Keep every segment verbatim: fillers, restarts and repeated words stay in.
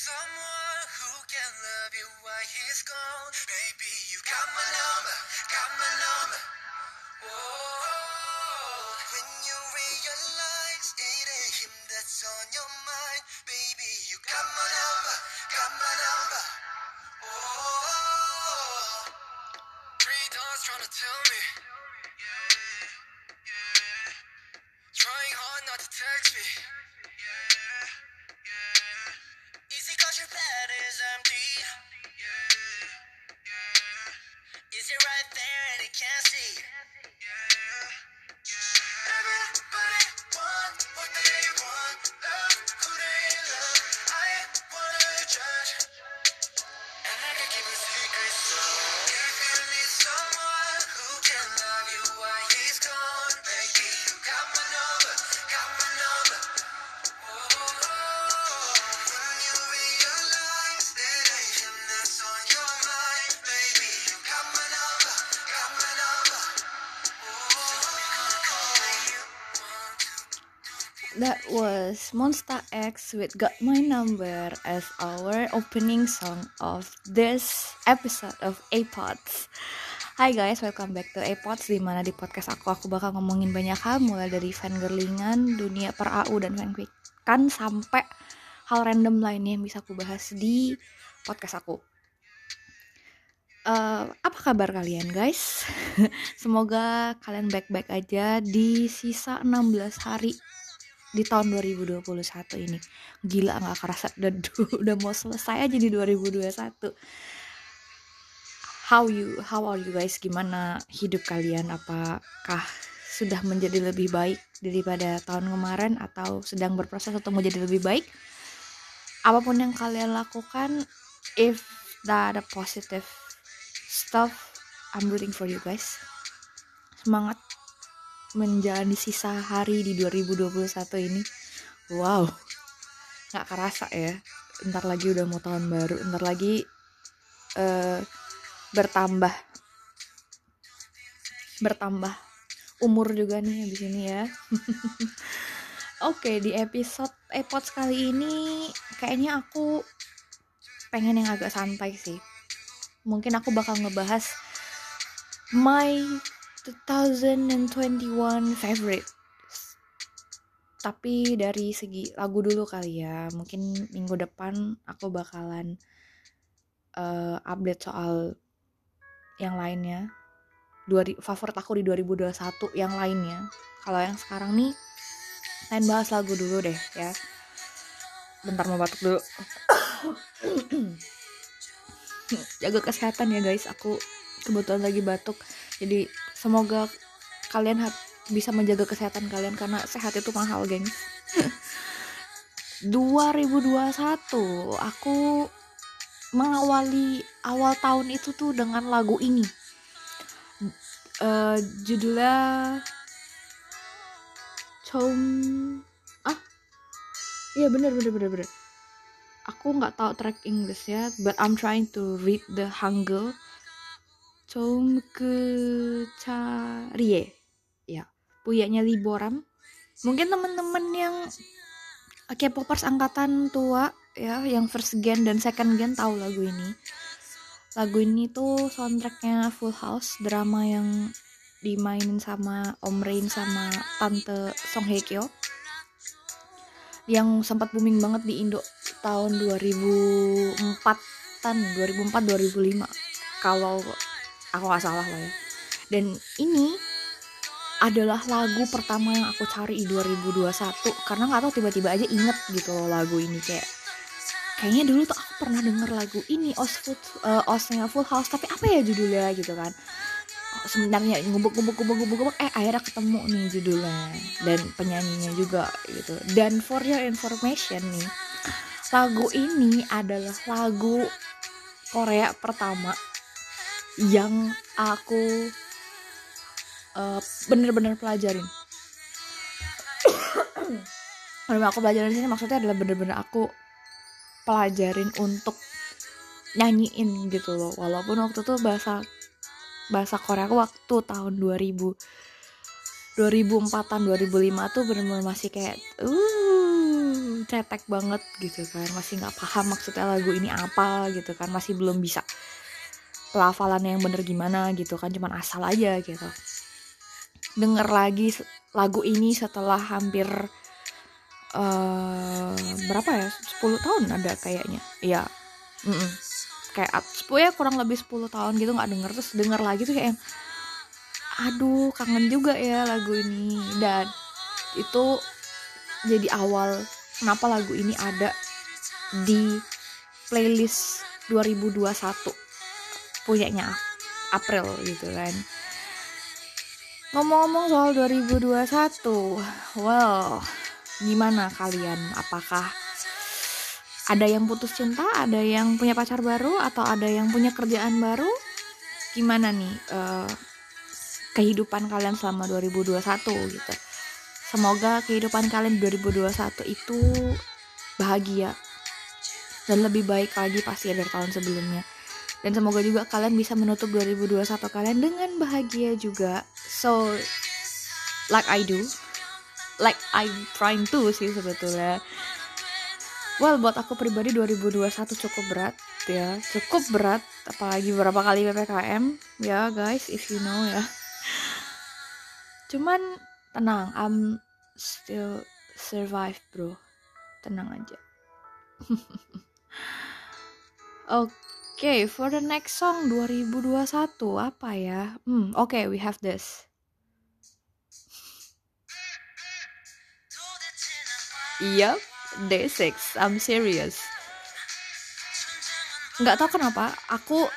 someone who can love you while he's gone. Baby, you got my number, got my number. Oh, when you realize it ain't him that's on your mind. Baby, you got my number, got my number. Oh, three doors trying to tell me. Yeah, yeah. Trying hard not to text me. Yeah, yeah. Is it cause your bed is empty? Yeah, yeah. Is it right there and it can't see? Yeah, yeah. Everybody want what they want, love who they love. I ain't wanna judge, and I can keep a secret. So if you need someone who can love you while he's gone, baby, you got my number, got my number. Oh, when you realize that ain't him that's on your mind, baby, you got my number, got my number. That was Monsta X with Got My Number as our opening song of this episode of A-Pods. Hai guys, welcome back to A-Pods, dimana di podcast aku, aku bakal ngomongin banyak hal, mulai dari fangirlingan, dunia per A U dan fanfiction, sampai hal random lainnya yang bisa aku bahas di podcast aku. Uh, apa kabar kalian guys? Semoga kalian baik-baik aja di sisa enam belas hari di tahun dua ribu dua puluh satu ini. Gila, gak kerasa udah, udah mau selesai aja di dua ribu dua puluh satu. How you, how are you guys? Gimana hidup kalian? Apakah sudah menjadi lebih baik daripada tahun kemarin, atau sedang berproses untuk menjadi lebih baik? Apapun yang kalian lakukan, if that a positive stuff, I'm rooting for you guys. Semangat menjalani sisa hari di dua ribu dua puluh satu ini. Wow, gak kerasa ya, bentar lagi udah mau tahun baru, bentar lagi uh, bertambah bertambah umur juga nih abis ini ya. Oke, di episode A-Pods kali ini kayaknya aku pengen yang agak santai sih. Mungkin aku bakal ngebahas my twenty twenty-one favorite. Tapi dari segi lagu dulu kali ya. Mungkin minggu depan aku bakalan uh, update soal yang lainnya. Dua, favorit aku di dua ribu dua puluh satu yang lainnya. Kalau yang sekarang nih, lain bahas lagu dulu deh ya. Bentar mau batuk dulu. Jaga kesehatan ya guys, aku kebetulan lagi batuk. Jadi semoga kalian ha- bisa menjaga kesehatan kalian, karena sehat itu mahal, gengs. dua ribu dua puluh satu aku mengawali awal tahun itu tuh dengan lagu ini. Uh, judulnya Chom ah iya bener bener bener bener aku nggak tahu track English ya, but I'm trying to read the Hangul. Chom ke Charie ya, puyanya Liboram. Mungkin temen-temen yang K-popers angkatan tua ya, yang first gen dan second gen tahu lagu ini. Lagu ini tuh soundtracknya Full House, drama yang dimainin sama Om Rain sama Tante Song Hye Kyo, yang sempat booming banget di Indo tahun dua ribu empat-an, dua ribu empat dua ribu lima kalau aku gak salah lah ya. Dan ini adalah lagu pertama yang aku cari di dua ribu dua puluh satu, karena gak tahu tiba-tiba aja inget gitu loh lagu ini. Kayak kayaknya dulu tuh aku pernah denger lagu ini, Os Full, uh, Osnya Full House, tapi apa ya judulnya gitu kan. Sebenarnya ngubuk-ngubuk-ngubuk-ngubuk eh akhirnya ketemu nih judulnya dan penyanyinya juga gitu. Dan for your information nih, lagu ini adalah lagu Korea pertama yang aku uh, bener-bener pelajarin. Kalau aku pelajarin di sini maksudnya adalah bener-bener aku pelajarin untuk nyanyiin gitu loh. Walaupun waktu itu bahasa bahasa Korea aku waktu tahun dua ribu dua ribu empat-an dua ribu lima tuh bener-bener masih kayak uh cetek banget gitu kan, masih nggak paham maksudnya lagu ini apa gitu kan, masih belum bisa pelafalannya yang bener gimana gitu kan, cuman asal aja gitu. Denger lagi lagu ini setelah hampir uh, berapa ya, sepuluh tahun ada kayaknya, iya, mm-mm. kayak sepuluh ya, kurang lebih sepuluh tahun gitu nggak denger, terus denger lagi tuh kayak yang aduh kangen juga ya lagu ini. Dan itu jadi awal kenapa lagu ini ada di playlist dua ribu dua puluh satu punyanya April gitu kan. Ngomong-ngomong soal dua ribu dua puluh satu, well, gimana kalian? Apakah ada yang putus cinta, ada yang punya pacar baru, atau ada yang punya kerjaan baru? Gimana nih uh, kehidupan kalian selama dua ribu dua puluh satu gitu? Semoga kehidupan kalian dua ribu dua puluh satu itu bahagia dan lebih baik lagi pasti dari tahun sebelumnya. Dan semoga juga kalian bisa menutup dua ribu dua puluh satu kalian dengan bahagia juga. So, like I do, like I'm trying to sih sebetulnya. Well, buat aku pribadi dua ribu dua puluh satu cukup berat ya, cukup berat. Apalagi beberapa kali P P K M ya guys, if you know ya. Cuman tenang, I'm still survive bro, tenang aja. Oke, okay, for the next song dua ribu dua puluh satu apa ya? Hmm, oke, okay, we have this. Yup, day six, I'm serious. Nggak tahu kenapa, aku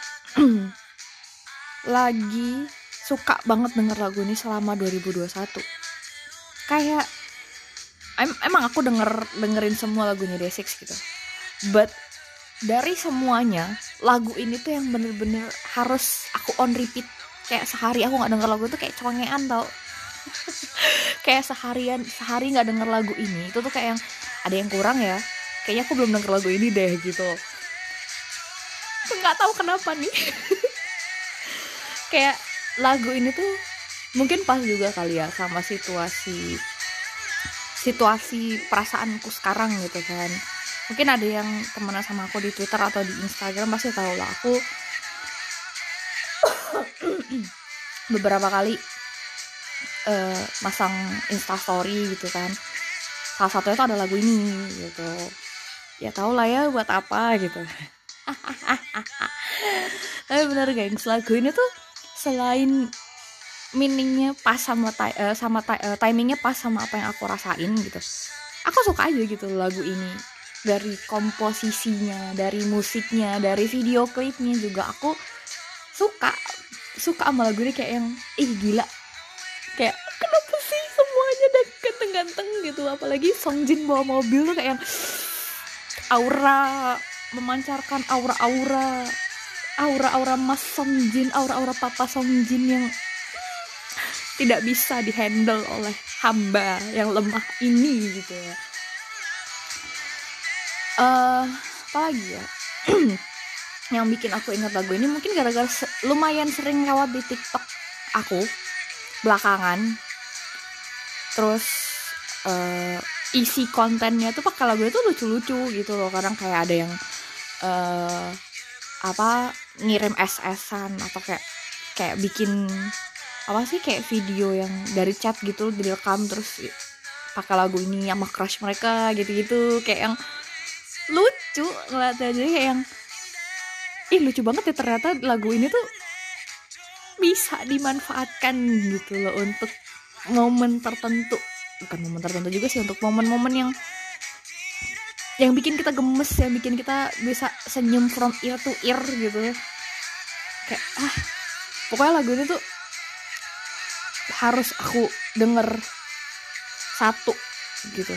lagi suka banget denger lagu ini selama dua ribu dua puluh satu. Kayak em- emang aku denger dengerin semua lagunya day six gitu. But dari semuanya, lagu ini tuh yang bener-bener harus aku on repeat. Kayak sehari aku nggak denger lagu itu kayak congean tau. Kayak seharian sehari nggak denger lagu ini itu tuh kayak yang ada yang kurang ya. Kayaknya aku belum denger lagu ini deh gitu. Nggak tahu kenapa nih. Kayak lagu ini tuh mungkin pas juga kali ya sama situasi situasi perasaanku sekarang gitu kan. Mungkin ada yang temenan sama aku di Twitter atau di Instagram pasti tahu lah aku beberapa kali uh, masang Instastory gitu kan. Salah satunya itu ada lagu ini gitu. Ya tau lah ya buat apa gitu. Tapi bener gengs, lagu ini tuh selain meaningnya pas sama ta- uh, sama ta- uh, timingnya pas sama apa yang aku rasain gitu. Aku suka aja gitu lagu ini. Dari komposisinya, dari musiknya, dari video klipnya juga aku suka suka sama lagu ini kayak yang ih gila, kayak kenapa sih semuanya udah ganteng-ganteng gitu, apalagi Songjin bawa mobil tuh kayak yang aura, memancarkan aura-aura aura-aura Mas Songjin, aura-aura Papa Songjin yang tidak bisa dihandle oleh hamba yang lemah ini gitu ya. Uh, apa lagi ya yang bikin aku ingat lagu ini, mungkin gara-gara se- lumayan sering lewat di TikTok aku belakangan. Terus uh, isi kontennya tuh pakai lagu itu lucu-lucu gitu loh. Kadang kayak ada yang uh, apa ngirim S S-an atau kayak kayak bikin apa sih kayak video yang dari chat gitu direkam terus pakai lagu ini sama crush mereka gitu-gitu, kayak yang lucu ngeliatnya. Jadi kayak yang ih lucu banget ya ternyata lagu ini tuh bisa dimanfaatkan gitu loh untuk momen tertentu. Bukan momen tertentu juga sih, untuk momen-momen yang yang bikin kita gemes, yang bikin kita bisa senyum from ear to ear gitu. Kayak ah pokoknya lagu ini tuh harus aku denger satu gitu.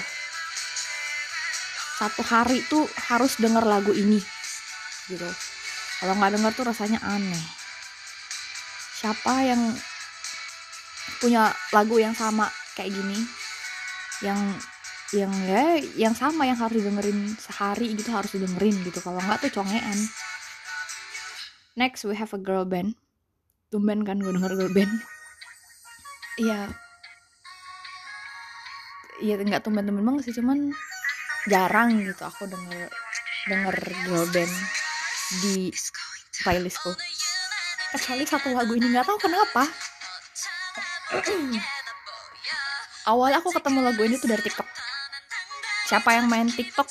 Satu hari tuh harus denger lagu ini gitu. Kalau nggak denger tuh rasanya aneh. Siapa yang punya lagu yang sama kayak gini, yang yang ya yang sama yang harus didengerin sehari gitu, harus didengerin gitu. Kalau nggak tuh congean. Next we have a girl band. Tumben kan gue denger girl band. Iya. Iya nggak tumben-tumben banget sih, cuman jarang gitu aku denger denger girl band di playlistku, kecuali satu lagu ini, nggak tahu kenapa. Awalnya aku ketemu lagu ini tuh dari TikTok. Siapa yang main TikTok,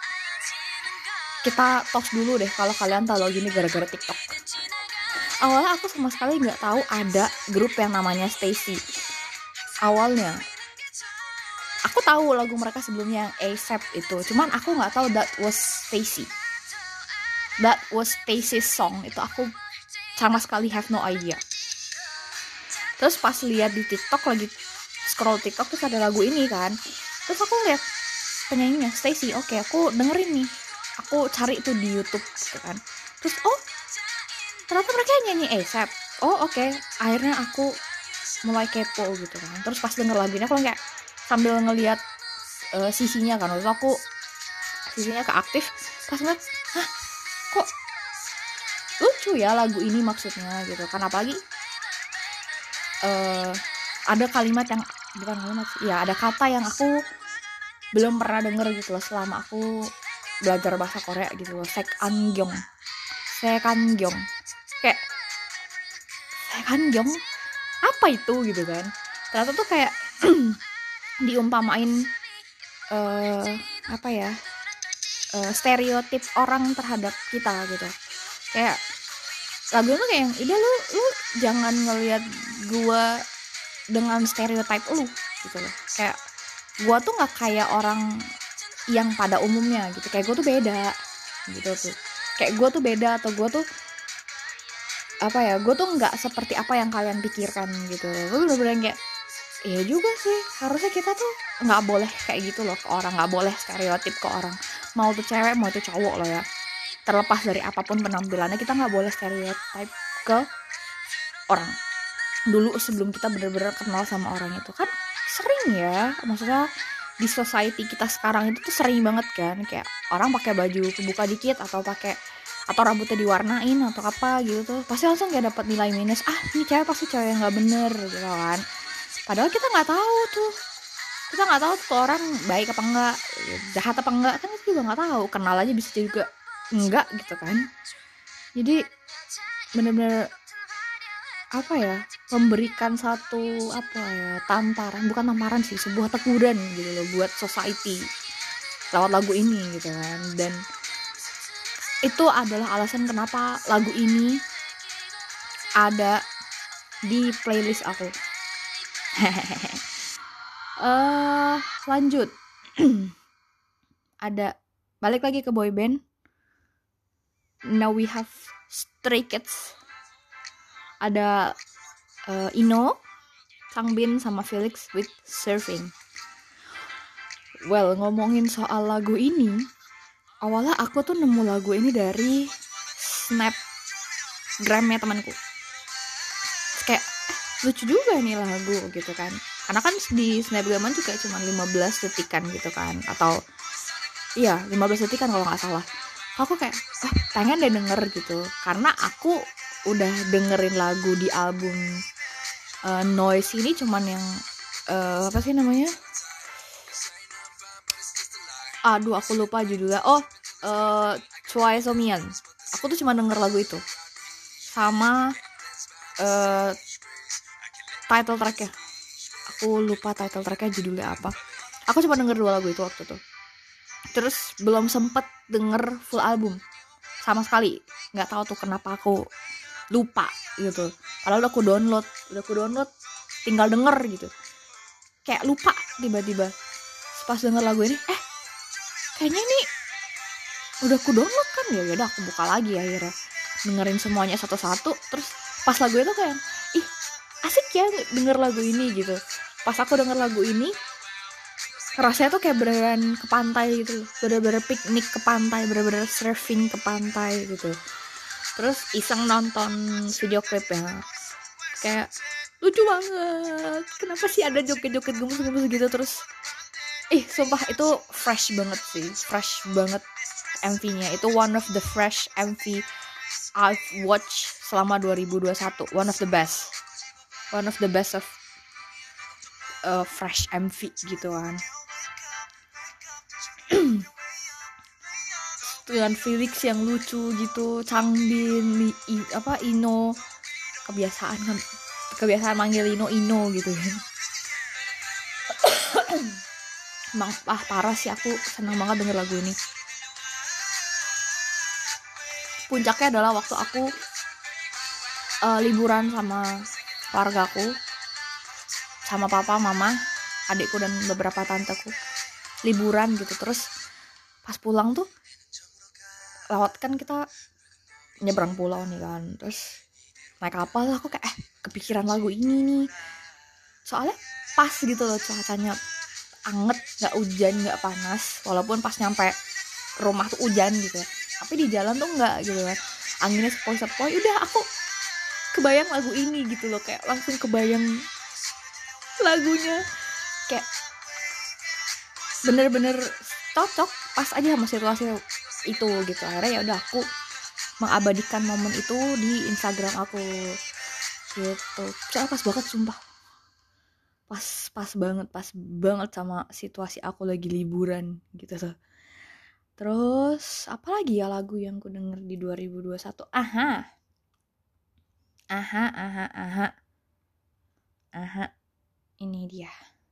kita tos dulu deh kalau kalian tahu lagu ini gara-gara TikTok. Awalnya aku sama sekali nggak tahu ada grup yang namanya Stacy. Awalnya aku tahu lagu mereka sebelumnya yang A$AP itu, cuman aku nggak tahu that was Stacy. That was Stacy's song. Itu aku sama sekali have no idea. Terus pas lihat di TikTok, lagi scroll TikTok, terus ada lagu ini kan. Terus aku lihat penyanyinya Stacy. Oke, aku dengerin nih. Aku cari tuh di YouTube gitu kan. Terus oh, ternyata mereka nyanyi A$AP. Oh oke, okay. Akhirnya aku mulai kepo gitu kan. Terus pas denger lagunya aku kayak sambil ngelihat uh, sisinya kan. Terus aku sisinya keaktif. Pas ngeliat, hah, kok lucu ya lagu ini maksudnya gitu kan. Apalagi uh, ada kalimat yang bukan kalimat sih, ya ada kata yang aku belum pernah denger gitu loh selama aku belajar bahasa Korea gitu loh. Sekangyong, sekangyong, kayak sekangyong apa itu gitu kan. Ternyata tuh kayak diumpamain uh, apa ya, uh, stereotip orang terhadap kita gitu. Kayak lagu itu kayak, udah lu lu jangan ngelihat gua dengan stereotip lu gitu loh. Kayak gua tuh nggak kayak orang yang pada umumnya gitu. Kayak gua tuh beda gitu tuh. Kayak gua tuh beda atau gua tuh apa ya, gua tuh nggak seperti apa yang kalian pikirkan gitu. Gua bener-bener kayak, iya juga sih, harusnya kita tuh nggak boleh kayak gitu loh ke orang, nggak boleh stereotip ke orang. Mau tuh cewek mau tuh cowok loh ya, terlepas dari apapun penampilannya, kita nggak boleh stereotip ke orang. Dulu sebelum kita benar-benar kenal sama orang itu kan sering ya, maksudnya di society kita sekarang itu tuh sering banget kan, kayak orang pakai baju kebuka dikit atau pakai atau rambutnya diwarnain atau apa gitu tuh pasti langsung kayak dapat nilai minus. Ah ini cewek pasti cewek yang nggak bener gitu kan. Padahal kita nggak tahu tuh, kita nggak tahu tuh orang baik apa enggak, jahat apa enggak, kan kita juga nggak tahu. Kenal aja bisa juga enggak gitu kan. Jadi bener-bener apa ya, memberikan satu apa ya, tamparan, bukan tamparan sih, sebuah teguran gitu loh buat society lewat lagu ini gitu kan. Dan itu adalah alasan kenapa lagu ini ada di playlist aku. uh, lanjut. Ada balik lagi ke boy band. Now we have Stray Kids. Ada uh, Ino, Changbin sama Felix with Surfing. Well, ngomongin soal lagu ini, awalnya aku tuh nemu lagu ini dari Snapgramnya temanku. Kayak eh, lucu juga nih lagu gitu kan. Karena kan di Snapgraman juga cuma lima belas detikan gitu kan, atau iya lima belas detikan kalau nggak salah. Aku kayak oh, pengen deh denger gitu, karena aku udah dengerin lagu di album uh, Noise ini cuman yang uh, apa sih namanya, aduh aku lupa judulnya. Oh uh, Choi Somian. Aku tuh cuma denger lagu itu sama uh, title tracknya. Aku lupa title tracknya judulnya apa. Aku cuma denger dua lagu itu waktu itu. Terus belum sempet denger full album sama sekali. Nggak tahu tuh kenapa aku lupa gitu. Padahal udah aku download, udah aku download, tinggal denger gitu. Kayak lupa tiba-tiba. Pas denger lagu ini, eh kayaknya ini udah aku download kan ya. Yaudah aku buka lagi akhirnya, dengerin semuanya satu-satu. Terus pas lagu itu kayak, ih asik ya denger lagu ini gitu. Pas aku denger lagu ini, rasanya tuh kayak beneran ke pantai gitu, bener-bener piknik ke pantai, bener-bener surfing ke pantai gitu. Terus iseng nonton video klipnya, kayak lucu banget. Kenapa sih ada joget-joget gemes-gemes gitu. Terus ih sumpah itu fresh banget sih, fresh banget M V-nya. Itu one of the fresh M V I've watched selama dua ribu dua puluh satu. One of the best, one of the best of uh, fresh M V gitu kan. dengan Felix yang lucu gitu, Changbin, I, apa Ino, kebiasaan kan kebiasaan manggil Ino Ino gitu kan. Emang ah parah sih, aku senang banget denger lagu ini. Puncaknya adalah waktu aku uh, liburan sama keluargaku, sama papa, mama, adikku dan beberapa tanteku, liburan gitu. Terus pas pulang tuh lewat kan kita nyebrang pulau nih kan, terus naik kapal, aku kayak eh kepikiran lagu ini nih, soalnya pas gitu loh, cuacanya anget, nggak hujan nggak panas, walaupun pas nyampe rumah tuh hujan gitu ya, tapi di jalan tuh nggak gitu kan, anginnya sepoi-sepoi, udah aku kebayang lagu ini gitu loh, kayak langsung kebayang lagunya, kayak bener-bener cocok pas aja sama situasi itu gitu. Akhirnya ya udah aku mengabadikan momen itu di Instagram aku gitu. Soalnya pas banget sumpah, pas pas banget pas banget sama situasi aku lagi liburan gitu tuh. Terus apa lagi ya lagu yang ku denger di dua ribu dua puluh satu? Aha aha aha aha aha ini dia.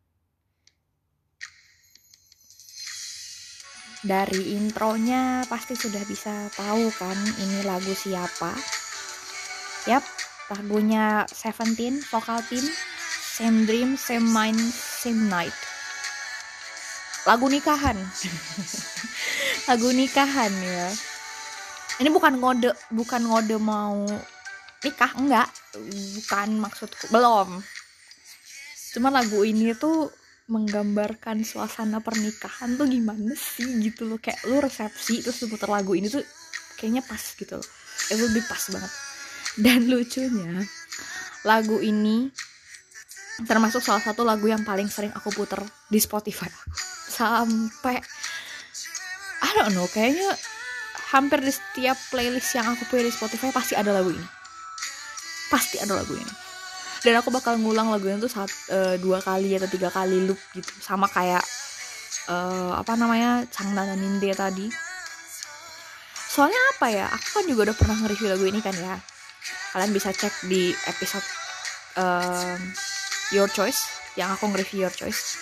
Dari intronya pasti sudah bisa tahu kan ini lagu siapa. Yap, lagunya Seventeen, vokal tim Same Dream, Same Mind, Same Night. Lagu nikahan. Lagu nikahan ya. Ini bukan ngode, bukan ngode mau nikah, enggak. Bukan maksudku, belum. Cuma lagu ini tuh menggambarkan suasana pernikahan tuh gimana sih gitu loh, kayak lu resepsi terus lu putar lagu ini tuh kayaknya pas gitu loh, it will be pas banget. Dan lucunya lagu ini termasuk salah satu lagu yang paling sering aku puter di Spotify aku, sampai I don't know, kayaknya hampir di setiap playlist yang aku punya di Spotify pasti ada lagu ini, pasti ada lagu ini. Dan aku bakal ngulang lagunya tuh saat, uh, dua kali atau tiga kali loop gitu, sama kayak uh, apa namanya Changnam dan Ninde tadi. Soalnya apa ya, aku kan juga udah pernah nge-review lagu ini kan ya, kalian bisa cek di episode uh, Your Choice yang aku nge-review Your Choice.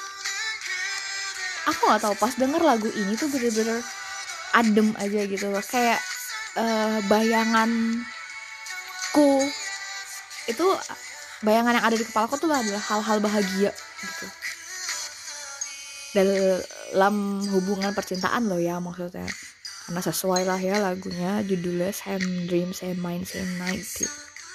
Aku nggak tahu pas denger lagu ini tuh bener-bener adem aja gitu loh, kayak uh, bayanganku itu, bayangan yang ada di kepalaku tuh adalah hal-hal bahagia gitu dalam hubungan percintaan loh ya, maksudnya karena sesuai lah ya lagunya, judulnya Same Dream, Same Mind, Same Night gitu.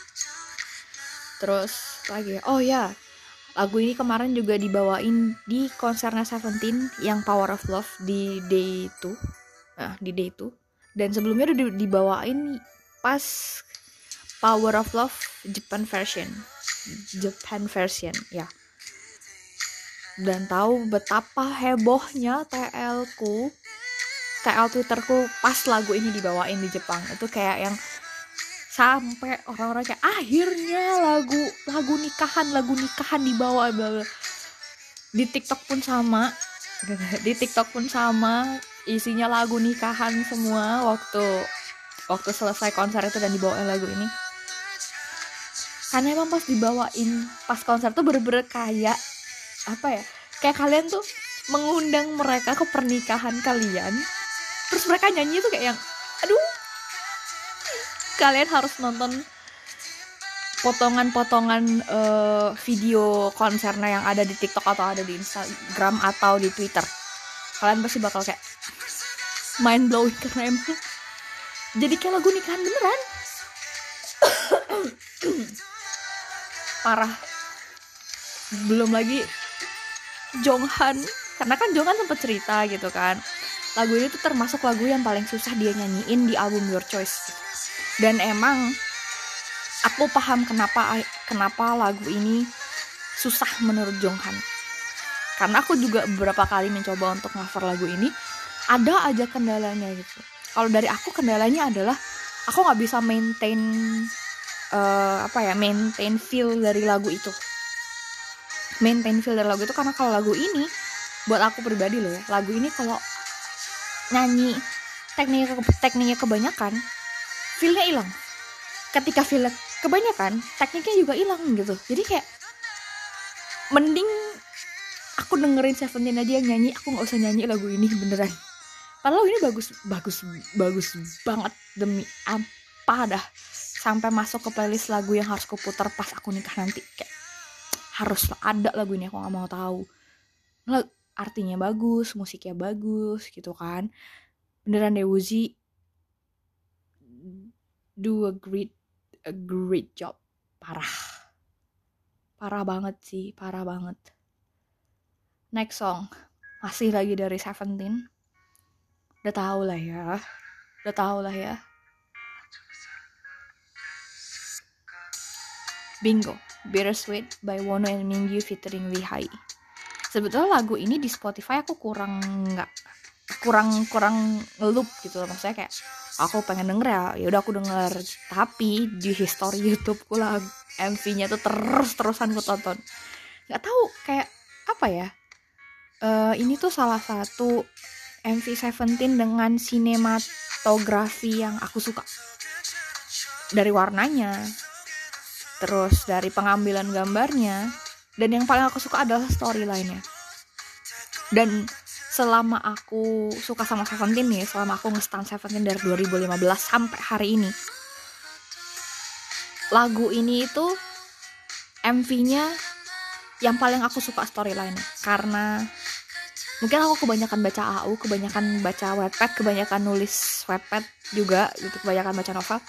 Terus lagi oh ya, lagu ini kemarin juga dibawain di konsernya Seventeen yang Power of Love di Day two, nah di Day two, dan sebelumnya udah dibawain pas Power of Love Japan version Japan version ya. Dan tahu betapa hebohnya T L ku T L Twitterku pas lagu ini dibawain di Jepang. Itu kayak yang sampai orang-orang kayak akhirnya lagu lagu nikahan lagu nikahan dibawa. Di TikTok pun sama di TikTok pun sama isinya lagu nikahan semua waktu waktu selesai konser itu dan dibawain lagu ini. Karena emang pas dibawain pas konser tuh bener-bener kayak apa ya, kayak kalian tuh mengundang mereka ke pernikahan kalian, terus mereka nyanyi tuh kayak yang aduh, kalian harus nonton potongan-potongan uh, video konsernya yang ada di TikTok atau ada di Instagram atau di Twitter. Kalian pasti bakal kayak mind blowing karena emang jadi kayak lagu nikahan beneran. Parah. Belum lagi Jonghan, karena kan Jonghan sempat cerita gitu kan, lagu ini tuh termasuk lagu yang paling susah dia nyanyiin di album Your Choice gitu. Dan emang aku paham kenapa kenapa lagu ini susah menurut Jonghan, karena aku juga beberapa kali mencoba untuk cover lagu ini, ada aja kendalanya gitu. Kalau dari aku kendalanya adalah aku nggak bisa maintain uh, apa ya maintain feel dari lagu itu. Maintain feel dari lagu itu karena kalau lagu ini buat aku pribadi loh ya, lagu ini kalau nyanyi tekniknya tekniknya kebanyakan, feel-nya hilang. Ketika feel kebanyakan, tekniknya juga hilang gitu. Jadi kayak mending aku dengerin Seventeen aja yang nyanyi, aku nggak usah nyanyi lagu ini beneran. Padahal ini bagus bagus bagus banget demi apa dah, sampai masuk ke playlist lagu yang harus kuputar pas aku nikah nanti. Kayak harus ada lagu ini, aku nggak mau tahu. Artinya bagus, musiknya bagus gitu kan. Beneran deh, Woozi do a great a great job. Parah. Parah banget sih, parah banget. Next song, masih lagi dari Seventeen. Udah tahu lah ya. Udah tahu lah ya. Bingo, Bittersweet by Wono and Mingyu featuring Lihai. Sebetulnya lagu ini di Spotify aku kurang nggak kurang kurang ngelup gitu loh. Maksudnya kayak aku pengen denger ya, ya udah aku denger. Tapi di history YouTubeku lah M V-nya tuh terus-terusan aku tonton. Nggak tahu kayak apa ya? Uh, ini tuh salah satu M V Seventeen dengan sinematografi yang aku suka. Dari warnanya, terus dari pengambilan gambarnya, dan yang paling aku suka adalah storyline-nya. Dan selama aku suka sama Seventeen nih, selama aku nge-stan Seventeen dari dua ribu lima belas sampai hari ini, lagu ini itu M V-nya yang paling aku suka storyline-nya. Karena mungkin aku kebanyakan baca A U, kebanyakan baca Wattpad, kebanyakan nulis Wattpad juga gitu, kebanyakan baca novel.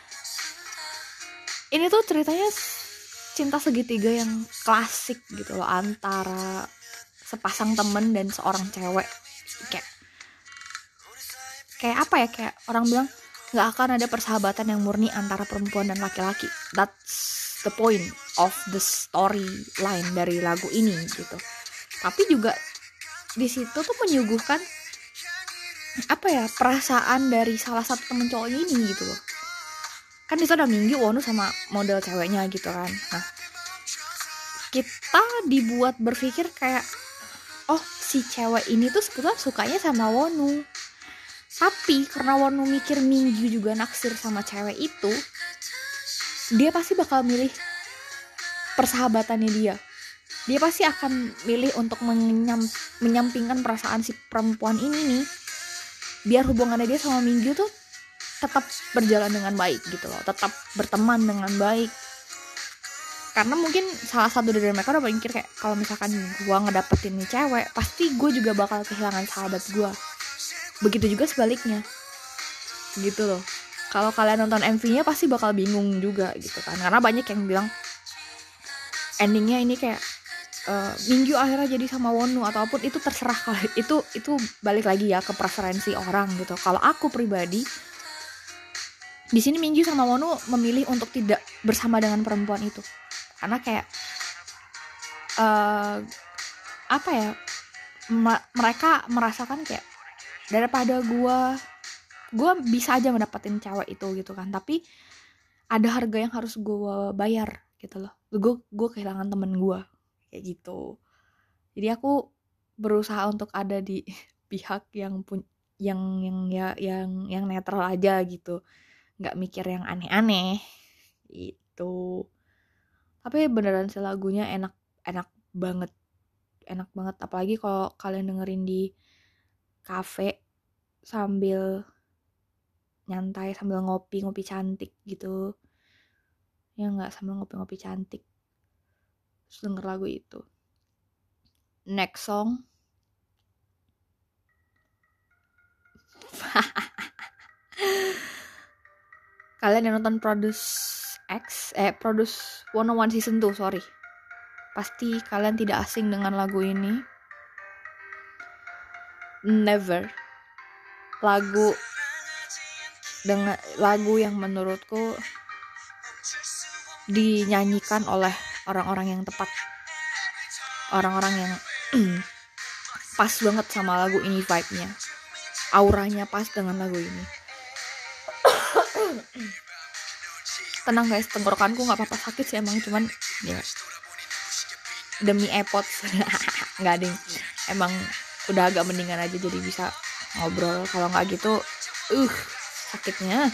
Ini tuh ceritanya cinta segitiga yang klasik gitu loh, antara sepasang temen dan seorang cewek. Kayak kayak apa ya, kayak orang bilang gak akan ada persahabatan yang murni antara perempuan dan laki-laki. That's the point of the storyline dari lagu ini gitu. Tapi juga di situ tuh menyuguhkan apa ya, perasaan dari salah satu temen cowoknya ini gitu loh. Kan itu ada Mingyu, Wonu sama model ceweknya gitu kan. Nah, kita dibuat berpikir kayak, oh si cewek ini tuh sebetulnya sukanya sama Wonu. Tapi karena Wonu mikir Mingyu juga naksir sama cewek itu, dia pasti bakal milih persahabatannya dia. Dia pasti akan milih untuk menyam, menyampingkan perasaan si perempuan ini nih, biar hubungannya dia sama Mingyu tuh tetap berjalan dengan baik gitu loh, tetap berteman dengan baik. Karena mungkin salah satu dari mereka udah mikir kayak, kalau misalkan gue ngedapetin nih cewek, pasti gue juga bakal kehilangan sahabat gue. Begitu juga sebaliknya gitu loh. Kalau kalian nonton M V-nya pasti bakal bingung juga gitu kan, karena banyak yang bilang endingnya ini kayak Uh, Mingyu akhirnya jadi sama Wonu ataupun itu terserah. Kalau itu itu balik lagi ya ke preferensi orang gitu. Kalau aku pribadi di sini Mingyu sama Wonu memilih untuk tidak bersama dengan perempuan itu, karena kayak uh, apa ya, m- mereka merasakan kayak daripada gue gue bisa aja mendapatkan cewek itu gitu kan, tapi ada harga yang harus gue bayar gitu loh. Gue gue kehilangan temen gue kayak gitu. Jadi aku berusaha untuk ada di pihak yang pun yang yang ya yang yang netral aja gitu, nggak mikir yang aneh-aneh itu. Tapi beneran sih lagunya enak enak banget, enak banget. Apalagi kalau kalian dengerin di kafe sambil nyantai, sambil ngopi ngopi cantik gitu ya, nggak, sambil ngopi-ngopi cantik terus denger lagu itu. Next song kalian yang nonton Produce X eh Produce one oh one season two, sorry, pasti kalian tidak asing dengan lagu ini. Never, lagu dengan lagu yang menurutku dinyanyikan oleh orang-orang yang tepat, orang-orang yang pas banget sama lagu ini, vibe-nya, auranya pas dengan lagu ini. Tenang guys, tenggorokanku nggak apa-apa, sakit sih emang, cuman ya demi AirPods nggak ding, emang udah agak mendingan aja jadi bisa ngobrol. Kalau nggak gitu uh sakitnya.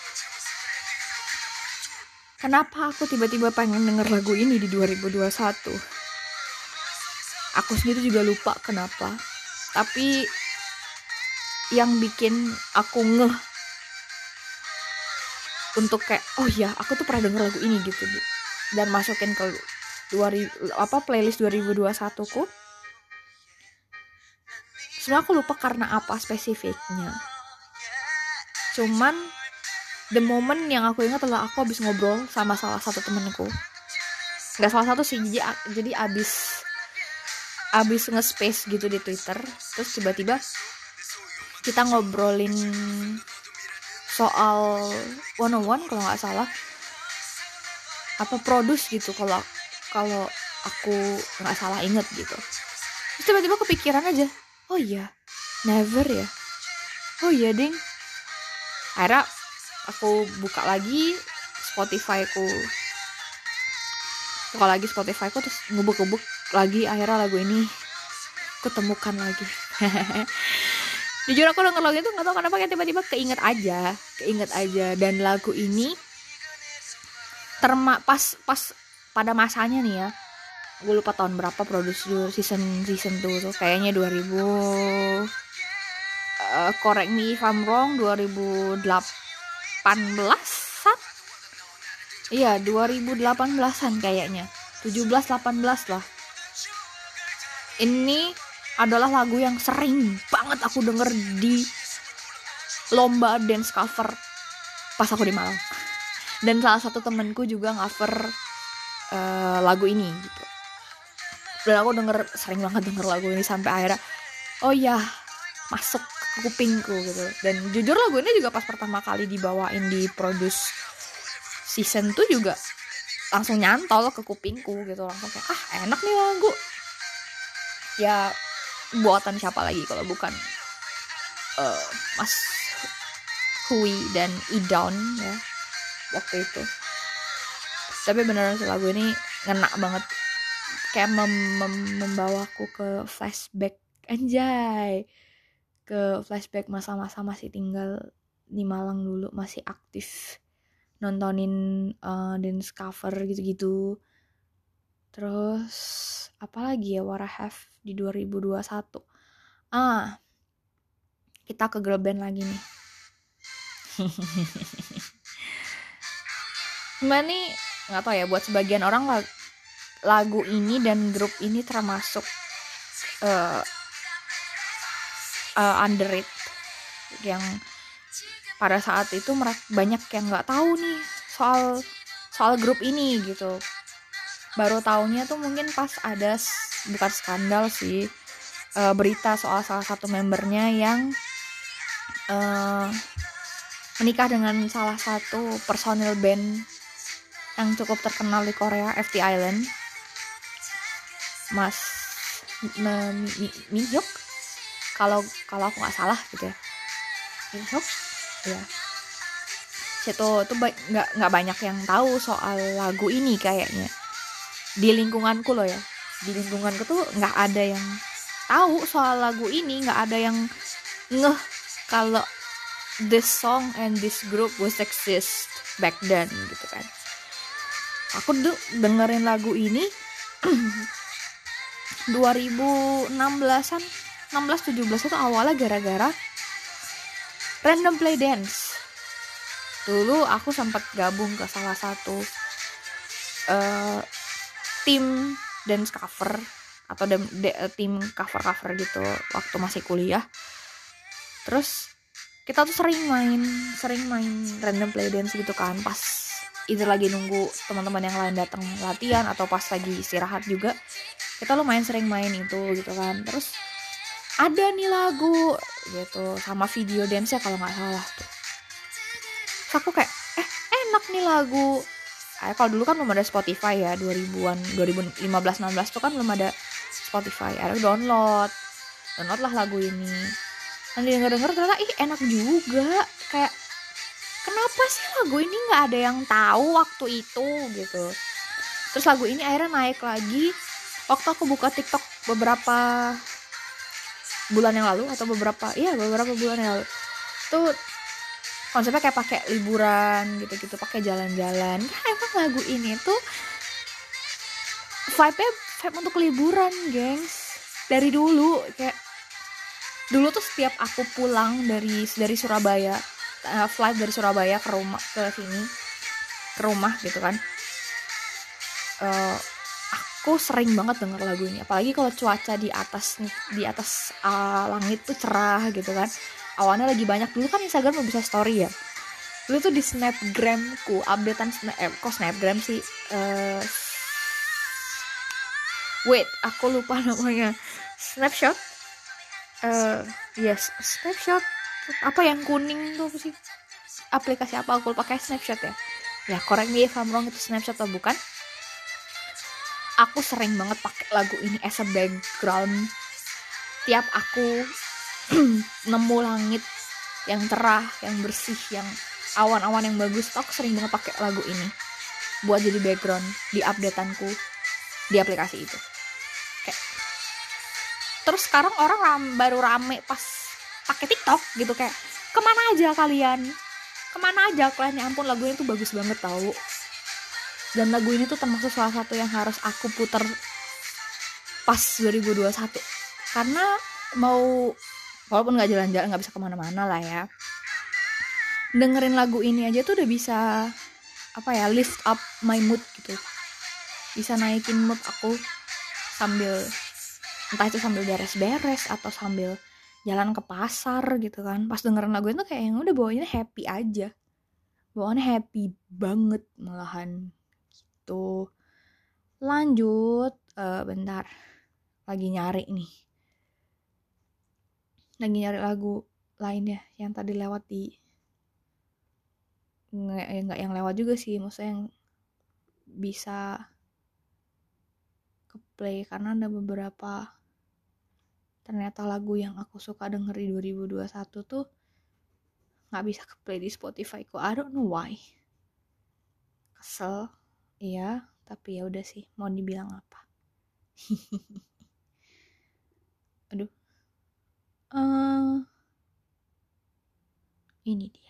Kenapa aku tiba-tiba pengen denger lagu ini di dua ribu dua puluh satu? Aku sendiri juga lupa kenapa. Tapi yang bikin aku ngeh untuk kayak oh ya aku tuh pernah denger lagu ini gitu, dan masukin ke dua ribu apa playlist dua ribu dua puluh satu ku. Sebenarnya aku lupa karena apa spesifiknya. Cuman the moment yang aku ingat adalah aku habis ngobrol sama salah satu temenku. Nggak salah satu sih, jadi, jadi abis abis nge-space gitu di Twitter. Terus tiba-tiba kita ngobrolin soal one oh one kalau nggak salah, apa produce gitu kalau kalau aku nggak salah inget gitu. Terus tiba-tiba kepikiran aja, oh iya Never ya, oh iya ding. Akhirnya aku buka lagi Spotify ku buka lagi Spotify ku terus ngubuk-ngubuk lagi, akhirnya lagu ini kutemukan lagi. Jujur aku denger lagu itu nggak tahu kenapa kayak tiba-tiba keinget aja keinget aja dan lagu ini terma pas pas pada masanya nih ya, gue lupa tahun berapa produksi season season tuh tuh kayaknya dua ribu uh, correct me if I'm wrong, dua ribu delapan belasan. Iya, dua ribu delapan belasan kayaknya. tujuh belas delapan belas lah. Ini adalah lagu yang sering banget aku denger di lomba dance cover pas aku di Malang. Dan salah satu temenku juga cover uh, lagu ini gitu. Dan aku denger sering banget denger lagu ini sampai akhirnya oh ya masuk ke kupingku gitu. Dan jujur lagu ini juga pas pertama kali dibawain di produce season tuh juga langsung nyantol ke kupingku gitu, langsung kayak ah enak nih lagu. Ya buatan siapa lagi kalau bukan uh, Mas Hui dan Idawn ya waktu itu. Tapi beneran sih lagu ini ngena banget, kayak mem- mem- membawaku ke flashback, anjay, ke flashback masa-masa masih tinggal di Malang dulu, masih aktif nontonin uh, dance cover gitu-gitu. Terus apa lagi ya what I have di dua ribu dua puluh satu? Ah, kita ke girl band lagi nih. Cuman nih nggak tahu ya, buat sebagian orang lagu ini dan grup ini termasuk uh, uh, underrated, yang pada saat itu banyak yang nggak tahu nih soal soal grup ini gitu. Baru taunya tuh mungkin pas ada bukan skandal sih, uh, berita soal salah satu membernya yang uh, menikah dengan salah satu personil band yang cukup terkenal di Korea, F T Island, Mas Min Hyuk, kalau kalau aku nggak salah gitu ya, Min Hyuk, ya. Situ tuh nggak nggak banyak yang tahu soal lagu ini kayaknya di lingkunganku loh ya, di lingkunganku tuh nggak ada yang tahu soal lagu ini, nggak ada yang ngeh kalau this song and this group was exist back then gitu kan. Aku tuh dengerin lagu ini dua ribu enam belasan, enam belas tujuh belas itu awalnya gara-gara Random Play Dance. Dulu aku sempat gabung ke salah satu uh, tim dance cover atau de- de- tim cover-cover gitu waktu masih kuliah. Terus kita tuh sering main, sering main Random Play Dance gitu kan, pas itu lagi nunggu teman-teman yang lain datang latihan atau pas lagi istirahat juga kita lumayan sering main itu gitu kan. Terus ada nih lagu gitu sama video dance-nya kalau nggak salah tuh. Terus aku kayak eh enak nih lagu. Eh, kalau dulu kan belum ada Spotify ya, dua ribuan, dua ribu lima belas enam belas tuh kan belum ada Spotify. Akhirnya download download lah lagu ini. Dan denger-denger ternyata ih enak juga, kayak kenapa sih lagu ini nggak ada yang tahu waktu itu gitu. Terus lagu ini akhirnya naik lagi waktu aku buka TikTok beberapa bulan yang lalu atau beberapa iya beberapa bulan yang lalu tuh konsepnya kayak pakai liburan gitu-gitu, pakai jalan-jalan. Kan emang lagu ini tuh vibe-nya vibe untuk liburan, gengs. Dari dulu kayak dulu tuh setiap aku pulang dari dari Surabaya, uh, flight dari Surabaya ke rumah ke sini ke rumah gitu kan, uh, aku sering banget denger lagu ini. Apalagi kalau cuaca di atas di atas uh, langit tuh cerah gitu kan, awannya lagi banyak. Dulu kan Instagram bisa story ya, dulu tuh di snapgramku updatean snap, eh, kok snapgram sih, uh, wait aku lupa namanya, snapshot, uh, yes snapshot, apa yang kuning tuh apa sih, aplikasi apa aku pakai snapshot ya ya correct me if I'm wrong itu snapshot atau bukan. Aku sering banget pakai lagu ini as a background tiap aku nemu langit yang cerah, yang bersih, yang awan-awan yang bagus. Aku sering banget pakai lagu ini buat jadi background di updateanku di aplikasi itu. Kayak terus sekarang orang ram, baru rame pas pakai TikTok gitu, kayak kemana aja kalian, kemana aja kalian, ya ampun lagu ini tuh bagus banget tau. Dan lagu ini tuh termasuk salah satu yang harus aku puter pas dua ribu dua puluh satu, karena mau walaupun nggak jalan-jalan, nggak bisa kemana-mana lah ya, dengerin lagu ini aja tuh udah bisa apa ya, lift up my mood gitu, bisa naikin mood aku sambil entah itu sambil beres-beres atau sambil jalan ke pasar gitu kan. Pas dengerin lagu itu kayak yang udah bawaannya happy aja, bawaannya happy banget malahan gitu. Lanjut, uh, bentar, lagi nyari nih, lagi nyari lagu lain ya yang tadi lewat di nggak, nggak yang lewat juga sih, maksudnya yang bisa ke play, karena ada beberapa ternyata lagu yang aku suka denger di dua ribu dua puluh satu tuh nggak bisa ke play di Spotify ku, I don't know why. Kesel iya, tapi ya udah sih, mau dibilang apa. Aduh, uh, ini dia.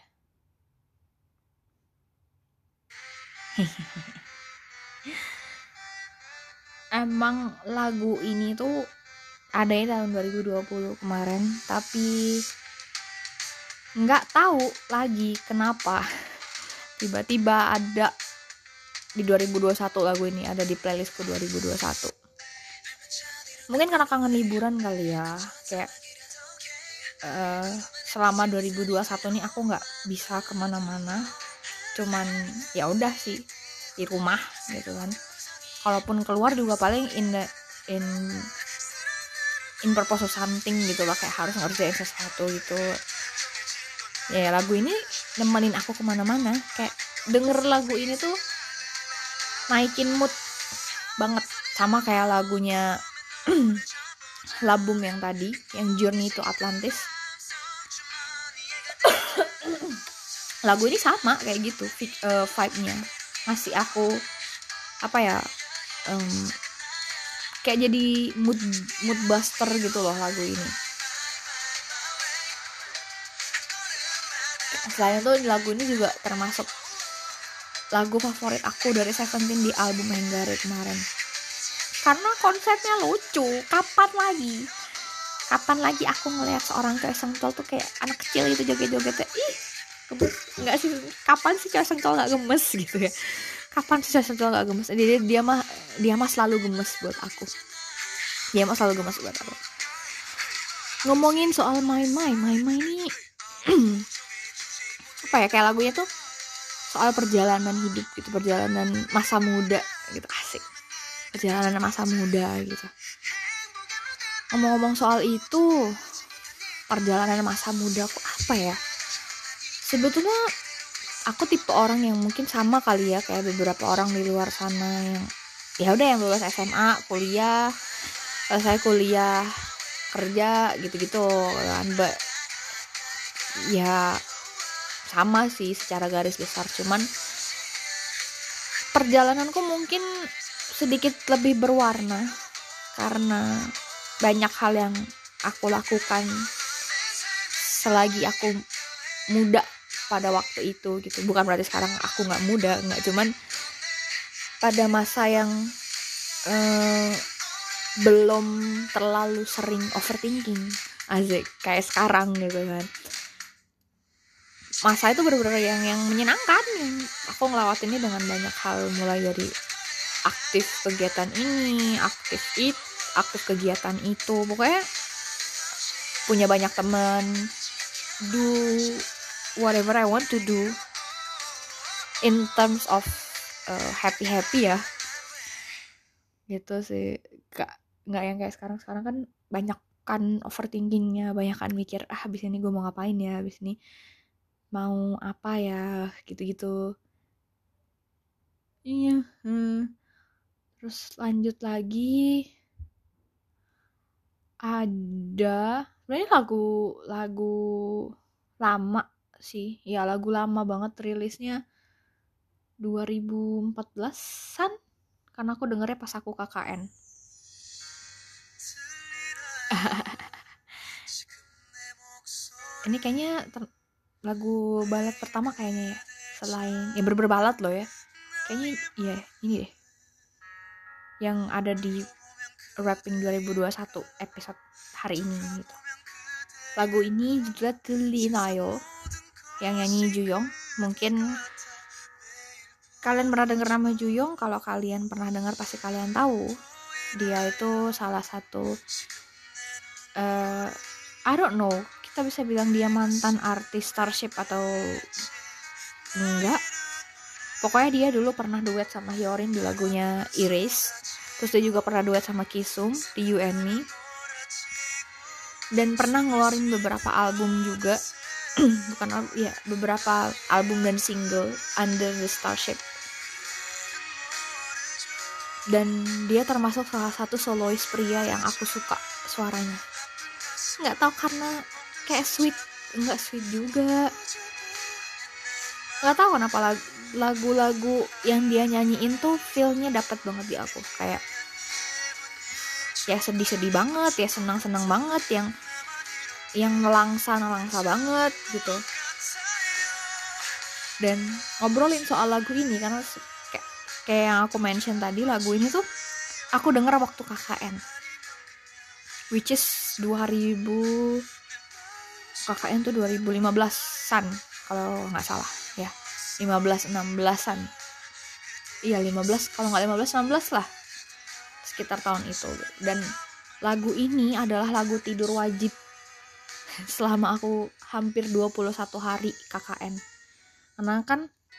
Emang lagu ini tuh ada ya tahun dua ribu dua puluh kemarin, tapi nggak tahu lagi kenapa tiba-tiba ada di dua ribu dua puluh satu, lagu ini ada di playlistku dua ribu dua puluh satu. Mungkin karena kangen liburan kali ya, kayak uh, selama dua ribu dua puluh satu nih aku nggak bisa kemana-mana, cuman ya udah sih di rumah gitu kan. Kalaupun keluar juga paling in the, in in purpose of something gitu loh, kayak harus ngerjain sesuatu gitu. Ya lagu ini nemenin aku kemana-mana, kayak denger lagu ini tuh naikin mood banget, sama kayak lagunya Labum yang tadi, yang Journey to Atlantis. Lagu ini sama kayak gitu, uh, vibe-nya ngasih aku apa ya, um, kayak jadi mood mood buster gitu loh lagu ini. Selain itu lagu ini juga termasuk lagu favorit aku dari Seventeen di album Henggare kemarin, karena konsepnya lucu. Kapan lagi kapan lagi aku ngeliat seorang cewek sentol tuh kayak anak kecil gitu joget-jogetnya, ih gemes nggak sih? Kapan sih cewek sentol nggak gemes gitu ya? Kapan sih cewek sentol nggak gemes? Dia dia mah dia mah selalu gemes buat aku. Dia mah selalu gemes buat aku. Ngomongin soal My My My My ini apa ya, kayak lagunya tuh soal perjalanan hidup gitu, perjalanan masa muda gitu, asik, perjalanan masa muda gitu. Ngomong-ngomong soal itu, perjalanan masa muda aku apa ya, sebetulnya aku tipe orang yang mungkin sama kali ya kayak beberapa orang di luar sana yang ya udah yang lulus S M A, kuliah, selesai kuliah, kerja gitu-gitu kan. But ya sama sih secara garis besar, cuman perjalananku mungkin sedikit lebih berwarna karena banyak hal yang aku lakukan selagi aku muda pada waktu itu gitu. Bukan berarti sekarang aku nggak muda, nggak, cuman pada masa yang uh, belum terlalu sering overthinking, asik kayak sekarang gitu kan. Masa itu benar-benar yang yang menyenangkan, yang aku ngelewatinnya dengan banyak hal, mulai dari aktif kegiatan ini, aktif it, aktif kegiatan itu, pokoknya punya banyak teman, do whatever I want to do in terms of uh, happy happy ya, gitu sih. Gak nggak yang kayak sekarang sekarang kan banyak kan overthinkingnya, banyak kan mikir ah habis ini gue mau ngapain ya, habis ini mau apa ya, gitu-gitu. Iya. Hmm. Terus lanjut lagi, ada sebenarnya lagu lagu lama sih ya, lagu lama banget, rilisnya dua ribu empat belasan, karena aku dengernya pas aku K K N. Ini kayaknya ter- lagu balad pertama kayaknya ya, selain ya bener-bener balad loh ya, kayaknya ya ini deh yang ada di Rapping dua ribu dua puluh satu episode hari ini gitu. Lagu ini judulnya Tulinayo, yang nyanyi Juyong. Mungkin kalian pernah dengar nama Juyong. Kalau kalian pernah dengar pasti kalian tahu dia itu salah satu uh, I don't know, kita bisa bilang dia mantan artis Starship atau enggak. Pokoknya dia dulu pernah duet sama Hyorin di lagunya Erase. Terus dia juga pernah duet sama Kisum di You and Me. Dan pernah ngeluarin beberapa album juga. Bukan album, ya beberapa album dan single under the Starship. Dan dia termasuk salah satu solois pria yang aku suka suaranya. Nggak tahu karena kayak sweet, nggak sweet juga. Nggak tahu kenapa lagu-lagu yang dia nyanyiin tuh feel-nya dapet banget di aku. Kayak ya sedih-sedih banget, ya senang-senang banget, yang yang nelangsa-nelangsa banget gitu. Dan ngobrolin soal lagu ini, karena kayak, kayak yang aku mention tadi, lagu ini tuh aku denger waktu K K N, which is dua ribu K K N tuh dua ribu lima belasan kalau nggak salah ya, lima belas enam belasan, iya lima belas kalau nggak lima belas enam belas lah, sekitar tahun itu. Dan lagu ini adalah lagu tidur wajib selama aku hampir dua puluh satu hari K K N. Karena kan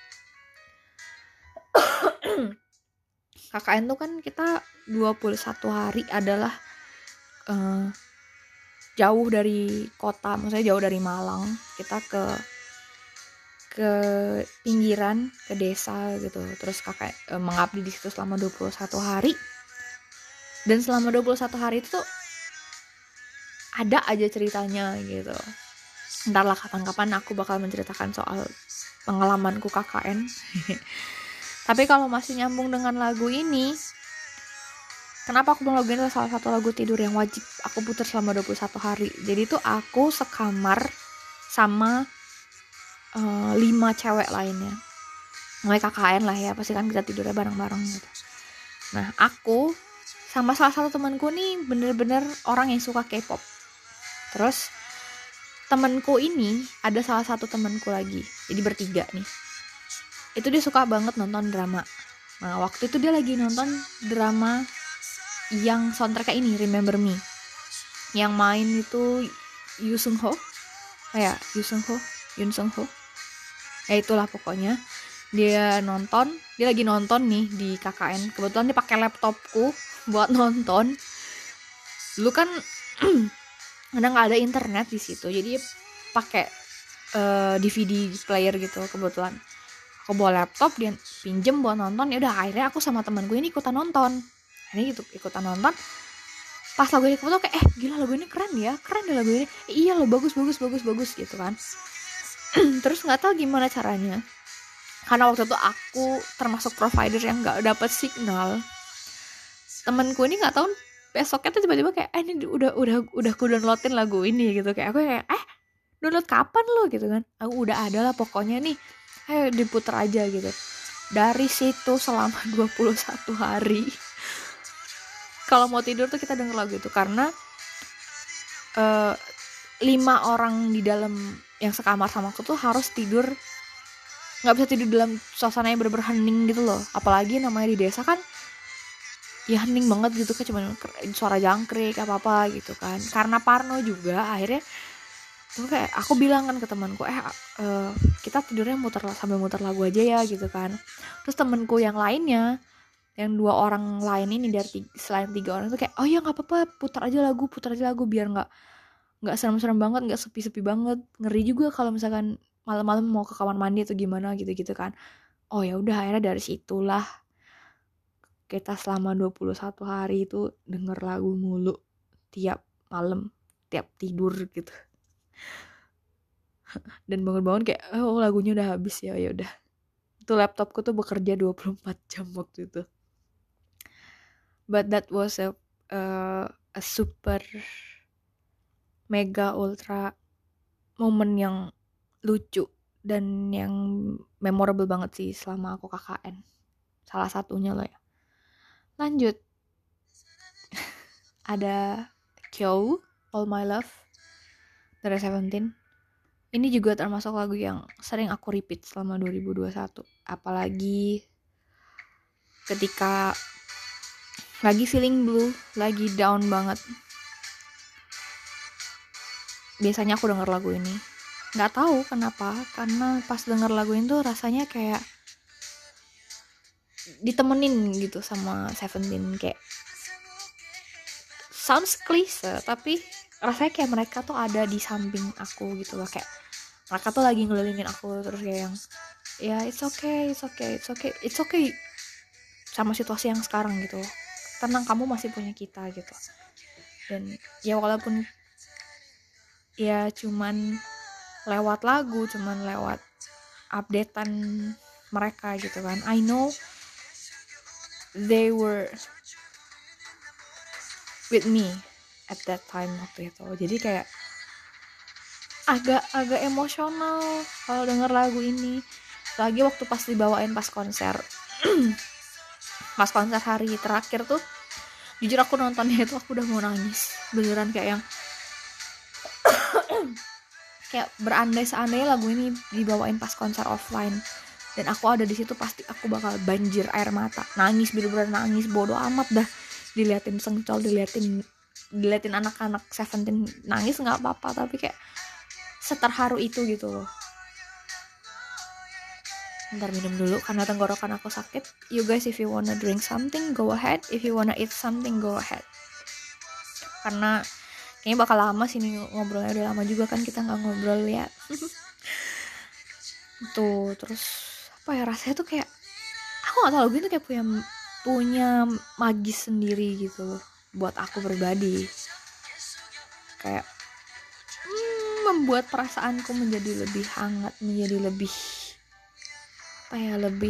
K K N tuh kan kita dua puluh satu hari adalah uh, jauh dari kota, maksudnya jauh dari Malang, kita ke ke pinggiran, ke desa gitu. Terus kakak uh, mengabdi di situ selama dua puluh satu hari. Dan selama dua puluh satu hari itu tuh ada aja ceritanya gitu. Entarlah kapan-kapan aku bakal menceritakan soal pengalamanku K K N. Tapi kalau masih nyambung dengan lagu ini, kenapa aku bilang lagu ini adalah salah satu lagu tidur yang wajib aku putar selama dua puluh satu hari. Jadi tuh aku sekamar sama uh, lima cewek lainnya. Namanya K K N lah ya, pasti kan kita tidurnya bareng-bareng gitu. Nah, aku sama salah satu temanku nih bener-bener orang yang suka K-pop. Terus temanku ini ada salah satu temanku lagi, jadi bertiga nih. Itu dia suka banget nonton drama. Nah, waktu itu dia lagi nonton drama yang soundtrack ini, Remember Me. Yang main itu Yoo Seung Ho. Oh ya, Yoo Seung Ho, Yoon Seung Ho. Ya itulah pokoknya. Dia nonton, dia lagi nonton nih di K K N. Kebetulan dia pakai laptopku buat nonton. Dulu kan kadang nggak ada internet di situ, jadi pakai uh, D V D player gitu. Kebetulan aku bawa laptop, dia pinjem buat nonton. Ya udah, akhirnya aku sama teman gue ini ikutan nonton. Ini gitu ikutan nonton. Pas lagu ini kebetulan kayak eh gila lagu ini keren ya, keren deh lagu ini. Eh, iya loh, bagus bagus bagus bagus gitu kan. Terus nggak tahu gimana caranya, karena waktu itu aku termasuk provider yang nggak dapet signal. Temanku ini nggak tahu besoknya tuh tiba-tiba kayak eh ini udah udah udah aku downloadin lagu ini gitu. Kayak aku kayak eh download kapan lo gitu kan. Aku udah ada lah pokoknya nih, ayo diputer aja gitu. Dari situ selama dua puluh satu hari kalau mau tidur tuh kita denger lagu itu. Karena uh, lima orang di dalam yang sekamar sama aku tuh harus tidur, nggak bisa tidur dalam suasana yang bener-bener hening gitu loh. Apalagi namanya di desa kan ya hening banget gitu kan, cuma suara jangkrik apa apa gitu kan. Karena parno juga akhirnya tuh kayak aku bilang kan ke temanku, eh uh, kita tidurnya muter sambil muter lagu aja ya gitu kan. Terus temanku yang lainnya, yang dua orang lain ini dari tiga, selain tiga orang itu kayak, oh ya nggak apa-apa, putar aja lagu putar aja lagu biar nggak nggak serem-serem banget, nggak sepi-sepi banget. Ngeri juga kalau misalkan malam-malam mau ke kamar mandi atau gimana gitu-gitu kan. Oh ya udah, akhirnya dari situlah kita selama dua puluh satu hari itu denger lagu mulu tiap malam, tiap tidur gitu. Dan bangun-bangun kayak, oh lagunya udah habis ya, ya udah. Itu laptopku tuh bekerja dua puluh empat jam waktu itu. But that was a uh, a super mega ultra momen yang lucu dan yang memorable banget sih selama aku K K N. Salah satunya loh ya. Lanjut. Ada Kyo, All My Love dari Seventeen. Ini juga termasuk lagu yang sering aku repeat selama dua ribu dua puluh satu. Apalagi ketika lagi feeling blue, lagi down banget. Biasanya aku denger lagu ini. Gak tahu kenapa, karena pas denger lagu ini tuh rasanya kayak ditemenin gitu sama Seventeen. Kayak sounds klise, tapi rasanya kayak mereka tuh ada di samping aku gitu loh. Kayak mereka tuh lagi ngelilingin aku, terus kayak yang ya it's okay, it's okay, it's okay, it's okay sama situasi yang sekarang gitu. Tenang, kamu masih punya kita gitu. Dan ya walaupun ya cuman lewat lagu, cuman lewat updatean mereka gitu kan, I know they were with me at that time waktu itu. Jadi kayak agak-agak emosional kalau denger lagu ini, lagi waktu pas dibawain pas konser. Pas konser hari terakhir tuh jujur aku nontonnya itu aku udah mau nangis beneran, kayak yang kayak berandai seandainya lagu ini dibawain pas konser offline dan aku ada di situ, pasti aku bakal banjir air mata, nangis bener-bener nangis bodo amat dah, diliatin Sengcol, diliatin diliatin anak-anak Seventeen nangis nggak apa-apa, tapi kayak seterharu itu gitu loh. Bentar minum dulu karena tenggorokan aku sakit. You guys, if you wanna drink something, go ahead. If you wanna eat something, go ahead. Karena kayaknya bakal lama sih nih ngobrolnya, udah lama juga kan kita nggak ngobrol ya. Tuh, terus apa ya, rasanya tuh kayak aku nggak tahu, lagu itu kayak punya punya magis sendiri gitu loh buat aku pribadi. Kayak membuat perasaanku menjadi lebih hangat, menjadi lebih apa ya, lebih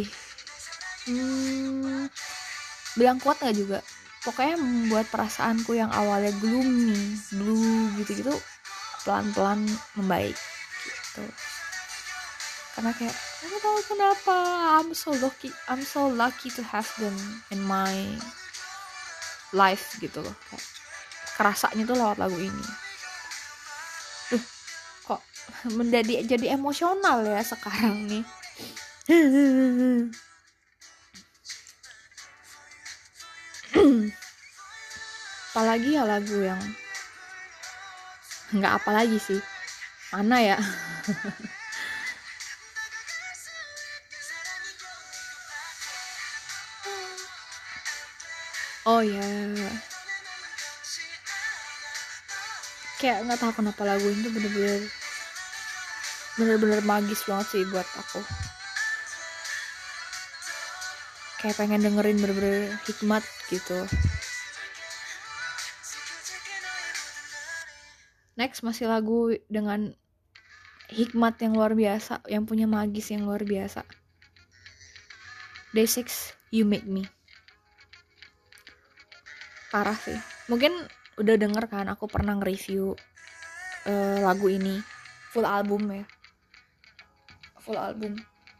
hmm, bilang kuat nggak juga, pokoknya membuat perasaanku yang awalnya gloomy, blue gitu-gitu pelan-pelan membaik gitu. Karena kayak aku tahu kenapa, I'm so lucky, I'm so lucky to have them in my life gitu loh. Kayak kerasanya tuh lewat lagu ini. Duh, kok menjadi jadi emosional ya sekarang nih. Apalagi ya lagu yang nggak apa lagi sih, mana ya. Oh ya, kayak nggak tahu kenapa lagu itu bener-bener bener-bener magis banget sih buat aku. Kayak pengen dengerin bener-bener hikmat gitu. Next masih lagu dengan hikmat yang luar biasa, yang punya magis yang luar biasa. Day six, You Make Me. Parah sih. Mungkin udah denger kan, aku pernah nge-review uh, lagu ini full album ya, full album.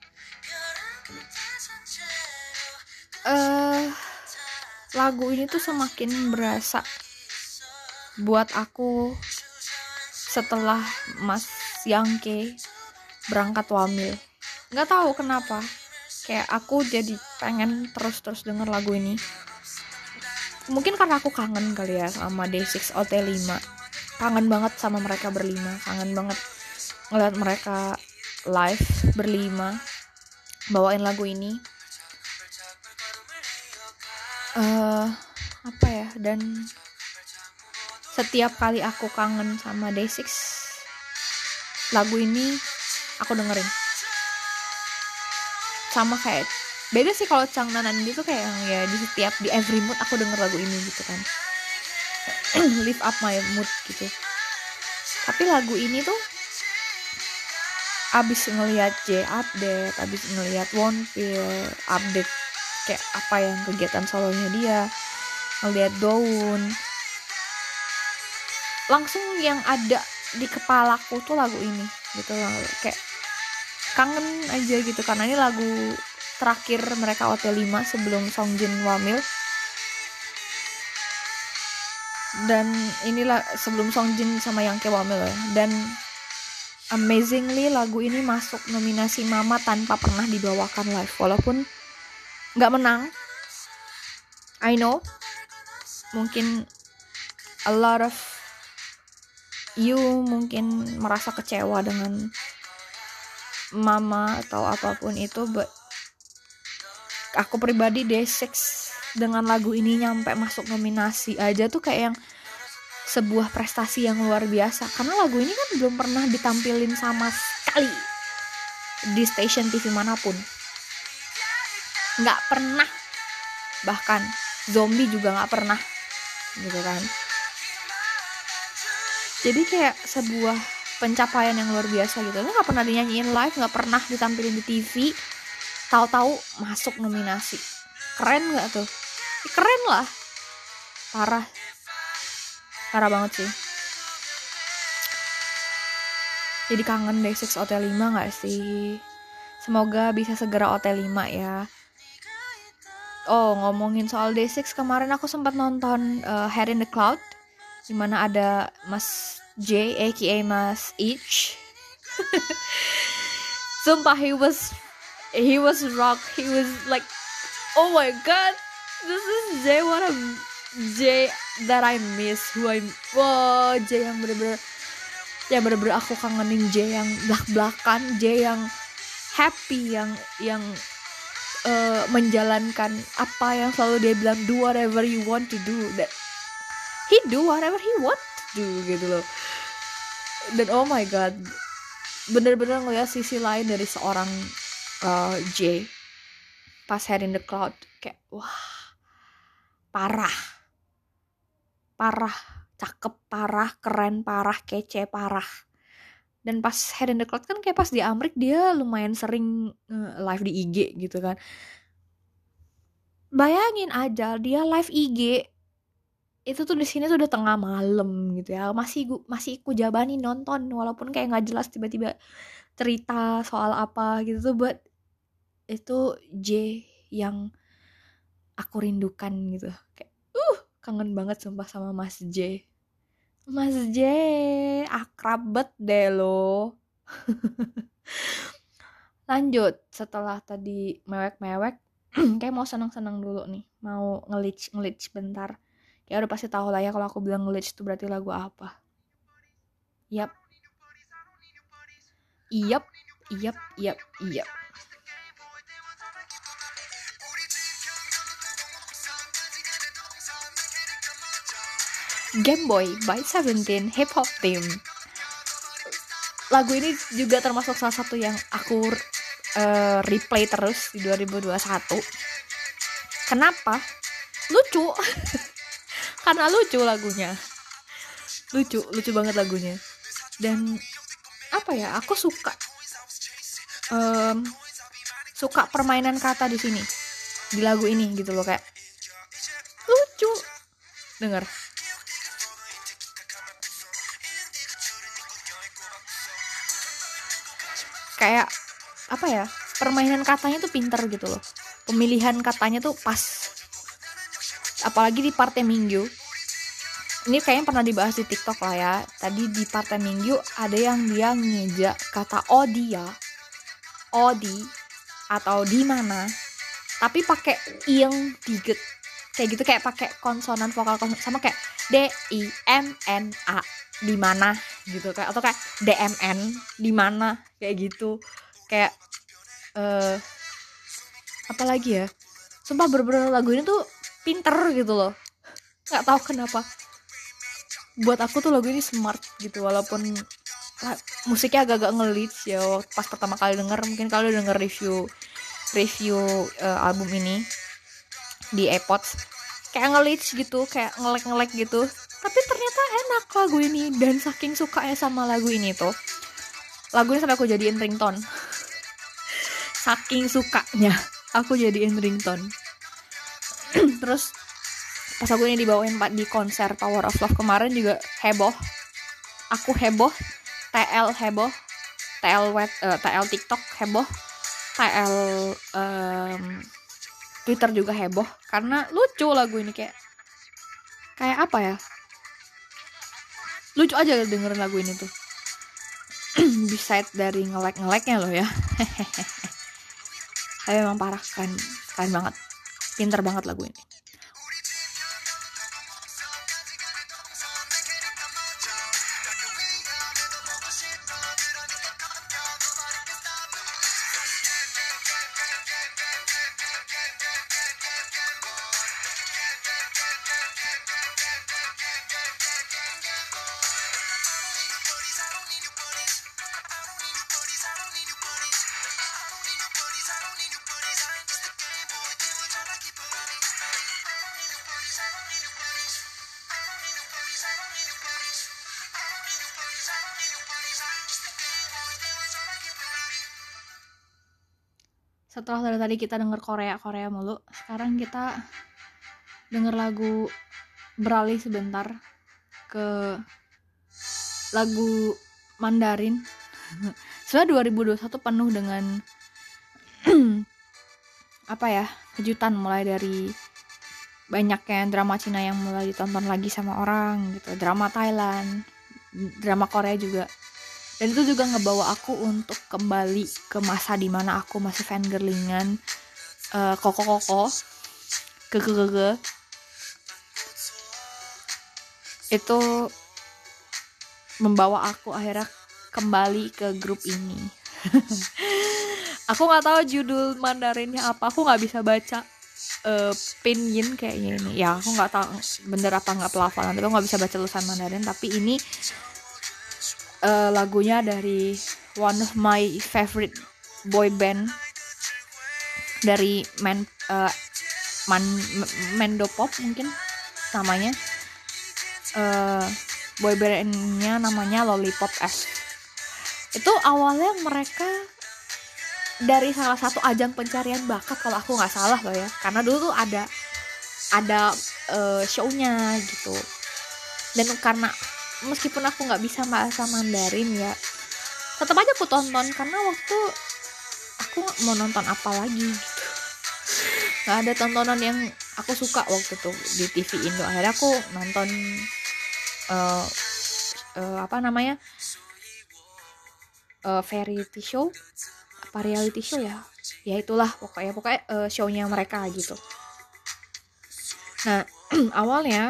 Uh, lagu ini tuh semakin berasa buat aku setelah Mas Yangke berangkat wamil. Nggak tahu kenapa, kayak aku jadi pengen terus-terus denger lagu ini. Mungkin karena aku kangen kali ya sama D enam O T lima, kangen banget sama mereka berlima, kangen banget ngeliat mereka live berlima bawain lagu ini. Uh, apa ya, dan setiap kali aku kangen sama D enam, lagu ini aku dengerin. Sama kayak, beda sih kalau Changnanan itu kayak yang ya di setiap, di every mood aku denger lagu ini gitu kan. Lift up my mood gitu. Tapi lagu ini tuh abis ngelihat J update, abis ngelihat Wonpil update kayak apa yang kegiatan solonya dia, ngelihat Dawn, langsung yang ada di kepalaku tuh lagu ini gitu loh. Kayak kangen aja gitu, karena ini lagu terakhir mereka O T lima sebelum Songjin wamil. Dan inilah sebelum Songjin sama Yangke wamil ya. Dan amazingly lagu ini masuk nominasi Mama tanpa pernah dibawakan live, walaupun nggak menang. I know mungkin a lot of you mungkin merasa kecewa dengan Mama atau apapun itu, but aku pribadi D enam dengan lagu ini nyampe masuk nominasi aja tuh kayak yang sebuah prestasi yang luar biasa, karena lagu ini kan belum pernah ditampilin sama sekali di stasiun T V manapun, nggak pernah, bahkan Zombie juga nggak pernah gitu kan. Jadi kayak sebuah pencapaian yang luar biasa gitu. Lo nggak pernah dinyanyiin live, nggak pernah ditampilin di T V, tahu-tahu masuk nominasi. Keren nggak tuh? Ya, keren lah, parah, parah banget sih. Jadi kangen D enam O T lima nggak sih? Semoga bisa segera O T lima ya. Oh, ngomongin soal D enam, kemarin aku sempat nonton uh, Head in the Cloud, dimana ada Mas J aka Mas Ich. Sumpah, he was he was rock. He was like, oh my god, this is J, what a J that I miss, who I wow, J yang bener-bener yang bener-bener aku kangenin, J yang belak-belakan, J yang happy, yang yang uh, menjalankan apa yang selalu dia bilang, do whatever you want to do, that he do whatever he want to do gitu loh. Dan oh my god, bener-bener ngeliat sisi lain dari seorang uh, J pas Head in the Cloud, kayak wah, parah parah, cakep parah, keren parah, kece parah. Dan pas Head in the Cloud kan kayak pas di Amrik dia lumayan sering uh, live di I G gitu kan. Bayangin aja dia live I G itu tuh di sini tuh udah tengah malam gitu ya, masih gua, masih ku jabani nonton walaupun kayak nggak jelas, tiba-tiba cerita soal apa gitu tuh, but itu J yang aku rindukan gitu, kayak uh kangen banget sumpah sama Mas J. Mas J akrab bet deh lo. Lanjut, setelah tadi mewek-mewek, kayak mau seneng-seneng dulu nih, mau ngelich ngelich bentar. Ya udah pasti tahu lah ya kalau aku bilang ngelich itu berarti lagu apa. Yap. Yap, yap, yap, yap. Game Boy by Seventeen Hip Hop Team. Lagu ini juga termasuk salah satu yang aku uh, replay terus di dua ribu dua puluh satu. Kenapa? Lucu. Karena lucu lagunya. Lucu, lucu banget lagunya. Dan apa ya? Aku suka um, suka permainan kata di sini, di lagu ini gitu loh, kayak lucu. Dengar. kayak apa ya, permainan katanya tuh pinter gitu loh, pemilihan katanya tuh pas, apalagi di Parte Minggu. Ini kayaknya pernah dibahas di TikTok lah ya. Tadi di Parte Minggu ada yang dia ngejak kata odi ya, odi atau di mana, tapi pakai ing diget kayak gitu, kayak pakai konsonan vokal konsonan, sama kayak D I M N A di mana gitu, kayak atau kayak D M N di mana kayak gitu, kayak eh uh, apa lagi ya, sumpah bener-bener lagu ini tuh pinter gitu loh, nggak tahu kenapa buat aku tuh lagu ini smart gitu, walaupun musiknya agak-agak nge-leads ya pas pertama kali denger. Mungkin kalau denger review review uh, album ini di iPods kayak nge-leads gitu, kayak ngelek-ngelek gitu, tapi ternyata enak lagu ini. Dan saking sukanya sama lagu ini tuh, lagu ini sampai aku jadiin ringtone. Saking sukanya aku jadiin ringtone. Terus pas lagu ini dibawain di konser Power of Love kemarin juga heboh, aku heboh, T L heboh, T L web, uh, T L TikTok heboh, T L um, Twitter juga heboh karena lucu lagu ini, kayak kayak apa ya, lucu aja dengerin lagu ini tuh. Beside dari ngelek-ngeleknya loh ya. Tapi memang parah, keren, keren banget, pinter banget lagu ini. Setelah dari tadi kita denger Korea-Korea mulu, sekarang kita denger lagu, beralih sebentar ke lagu Mandarin. Sebenarnya dua ribu dua puluh satu penuh dengan apa ya, kejutan, mulai dari banyaknya drama Cina yang mulai ditonton lagi sama orang gitu, drama Thailand, drama Korea juga. Dan itu juga ngebawa aku untuk kembali ke masa dimana aku masih fangirlingan uh, koko-koko, keke-keke. Itu membawa aku akhirnya kembali ke grup ini. Aku nggak tahu judul Mandarinnya apa, aku nggak bisa baca uh, pinyin kayaknya ini. Ya aku nggak tahu bener apa nggak pelafalan, tapi aku nggak bisa baca tulisan Mandarin. Tapi ini Uh, lagunya dari one of my favorite boy band dari Man, uh, Man Mandopop mungkin namanya. Uh, boy bandnya namanya Lollipop S. Itu awalnya mereka dari salah satu ajang pencarian bakat kalau aku nggak salah loh ya, karena dulu tuh ada ada uh, show-nya gitu. Dan karena meskipun aku nggak bisa bahasa Mandarin ya, tetap aja aku tonton, karena waktu aku mau nonton apa lagi gitu, nggak ada tontonan yang aku suka waktu tuh di T V Indo. Akhirnya aku nonton uh, uh, apa namanya uh, variety show, apa reality show ya, ya itulah pokoknya pokoknya uh, show-nya mereka gitu. Nah awalnya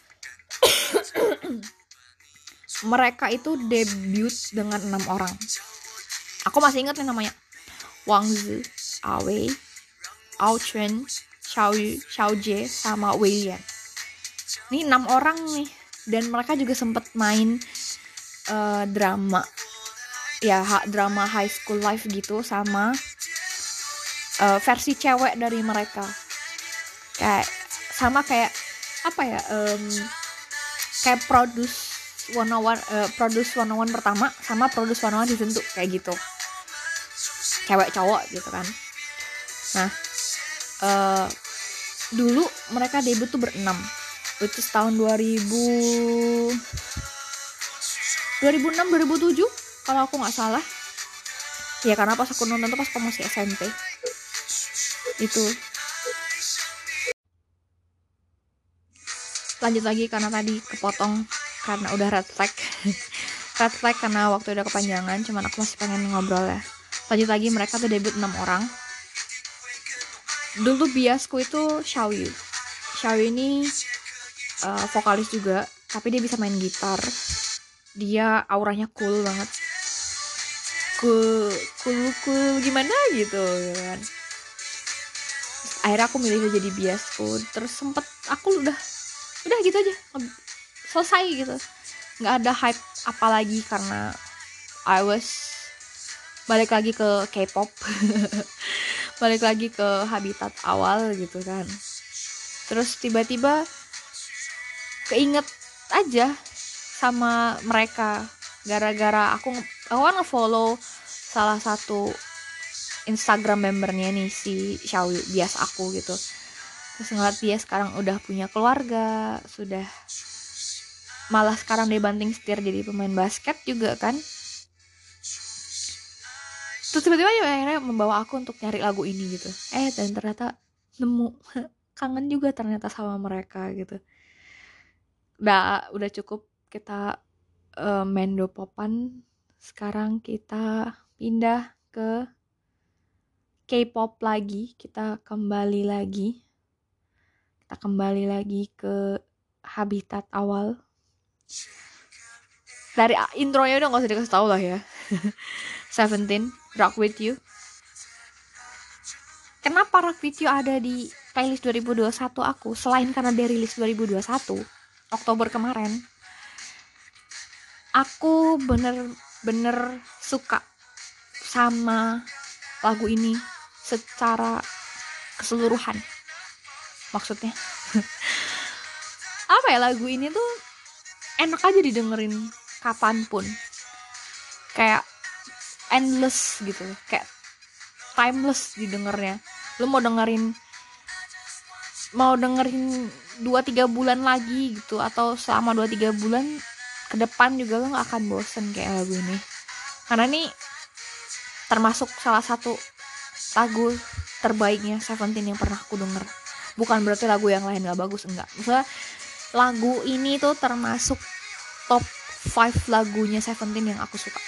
mereka itu debut dengan enam orang. Aku masih ingat nih namanya: Wang Zi, Awei, Ao Chuan, Xiao Yu, Xiao Jie, sama Wei Lian. Ini enam orang nih, dan mereka juga sempat main uh, drama, ya ha, drama High School Life gitu, sama uh, versi cewek dari mereka. Kayak sama kayak apa ya? Um, kayak produce one oh one, uh, produce one oh one pertama sama produce one oh one season two kayak gitu, cewek cowok gitu kan. Nah uh, dulu mereka debut tuh berenam, itu tahun dua ribu dua ribu enam dua ribu tujuh kalau aku nggak salah. Ya karena pas aku nonton tuh pas aku masih S M P itu. Lanjut lagi karena tadi kepotong karena udah red flag. Red flag karena waktu udah kepanjangan, cuman aku masih pengen ngobrol ya. Lanjut lagi, mereka tuh debut enam orang. Dulu biasku itu Xiaoyu. Xiaoyu ini uh, vokalis juga, tapi dia bisa main gitar. Dia auranya cool banget. Cool, cool, cool gimana gitu kan. Akhirnya aku milih dia jadi biasku. Terus sempet aku udah udah gitu aja, selesai gitu. Nggak ada hype apa lagi karena I was balik lagi ke K-pop. Balik lagi ke habitat awal gitu kan. Terus tiba-tiba keinget aja sama mereka gara-gara aku aku kan nge-follow salah satu Instagram membernya nih, si Xiaoyu, bias aku gitu. Terus ngeliat dia sekarang udah punya keluarga, sudah malah sekarang dia banting setir jadi pemain basket juga kan. Terus tiba-tiba ya akhirnya membawa aku untuk nyari lagu ini gitu. Eh dan ternyata nemu, kangen juga ternyata sama mereka gitu. Udah udah cukup kita uh, mendo popan. Sekarang kita pindah ke K-pop lagi. Kita kembali lagi. Kita kembali lagi ke habitat awal. Dari intronya udah gak usah dikasih tau lah ya. Seventeen, Rock With You. Kenapa Rock With You ada di playlist dua ribu dua puluh satu aku? Selain karena dia rilis dua ribu dua puluh satu Oktober kemarin, aku bener-bener suka sama lagu ini secara keseluruhan. Maksudnya apa ya, lagu ini tuh enak aja didengerin kapanpun, kayak endless gitu, kayak timeless didengernya. Lu mau dengerin mau dengerin dua tiga bulan lagi gitu, atau selama dua tiga bulan ke depan juga lo gak akan bosen kayak lagu ini. Karena ini termasuk salah satu lagu terbaiknya Seventeen yang pernah aku denger. Bukan berarti lagu yang lain gak bagus, enggak. Maksudnya lagu ini tuh termasuk top five lagunya Seventeen yang aku suka.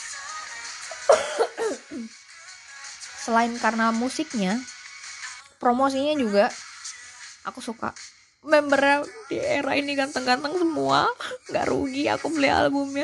Selain karena musiknya, promosinya juga aku suka. Membernya di era ini ganteng-ganteng semua, nggak rugi aku beli albumnya.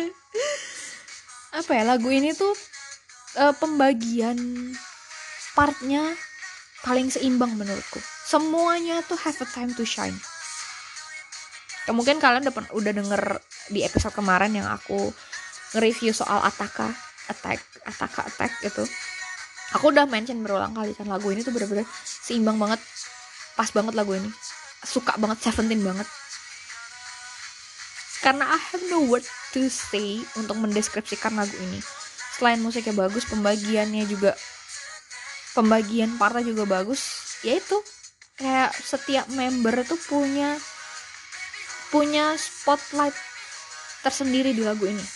Apa ya, lagu ini tuh uh, pembagian partnya paling seimbang menurutku. Semuanya tuh have a time to shine. Ya, mungkin kalian udah, udah denger di episode kemarin yang aku nge-review soal Ataka Attack, Ataka Attack gitu. Aku udah mention berulang kali kan, lagu ini tuh bener-bener seimbang banget, pas banget lagu ini. Suka banget Seventeen banget. Karena I have no word to say untuk mendeskripsikan lagu ini. Selain musiknya bagus, pembagiannya juga, pembagian partnya juga bagus. Yaitu kayak setiap member tuh punya punya spotlight tersendiri di lagu ini.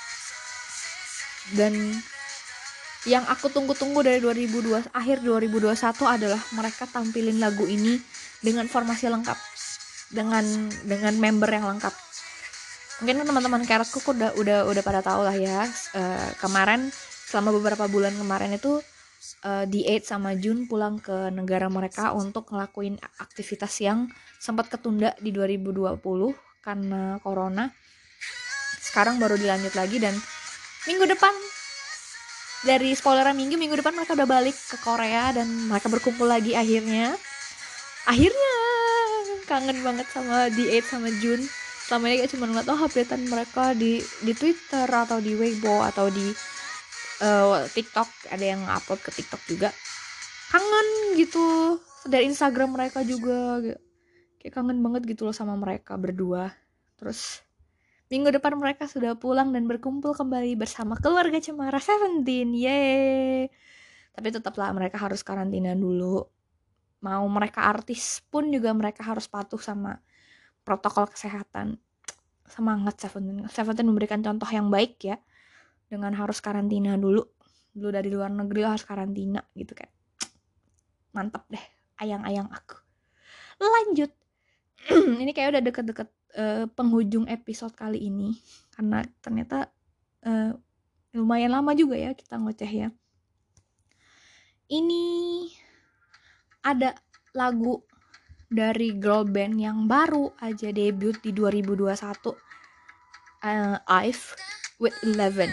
Dan yang aku tunggu-tunggu dari dua ribu dua akhir dua ribu dua puluh satu adalah mereka tampilin lagu ini dengan formasi lengkap, dengan dengan member yang lengkap. Mungkin teman-teman Keretku udah udah udah pada tahu lah ya. Uh, kemarin selama beberapa bulan kemarin itu uh, D eight sama Jun pulang ke negara mereka untuk ngelakuin aktivitas yang sempat ketunda di dua ribu dua puluh karena corona. Sekarang baru dilanjut lagi, dan minggu depan, dari spoileran minggu minggu depan mereka udah balik ke Korea dan mereka berkumpul lagi akhirnya. Akhirnya kangen banget sama D eight sama Jun. Selama ini cuma ngeliat oh updatean mereka di di Twitter atau di Weibo atau di uh, TikTok, ada yang upload ke TikTok juga. Kangen gitu. Dari Instagram mereka juga kayak kangen banget gitu loh sama mereka berdua. Terus minggu depan mereka sudah pulang dan berkumpul kembali bersama keluarga Cemara Seventeen. Yeay. Tapi tetaplah mereka harus karantina dulu. Mau mereka artis pun juga mereka harus patuh sama protokol kesehatan. Semangat Seventeen. Seventeen memberikan contoh yang baik ya, dengan harus karantina dulu. lu dari luar negeri lu harus karantina gitu, kayak mantap deh ayang-ayang aku. Lanjut. Ini kayak udah deket-deket uh, penghujung episode kali ini, karena ternyata uh, lumayan lama juga ya kita ngoceh ya. Ini ada lagu dari girl band yang baru aja debut di dua ribu dua puluh satu, uh, I've with Eleven.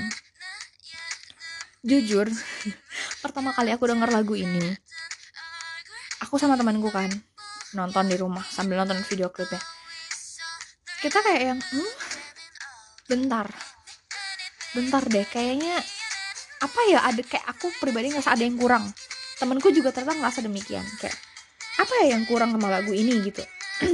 Jujur, pertama kali aku denger lagu ini, aku sama temanku kan nonton di rumah sambil nonton video klipnya. Kita kayak yang, hmm, bentar, bentar deh, kayaknya apa ya, ada kayak aku pribadi ngerasa ada yang kurang. Temanku juga ternyata ngerasa demikian, kayak apa ya yang kurang sama lagu ini gitu.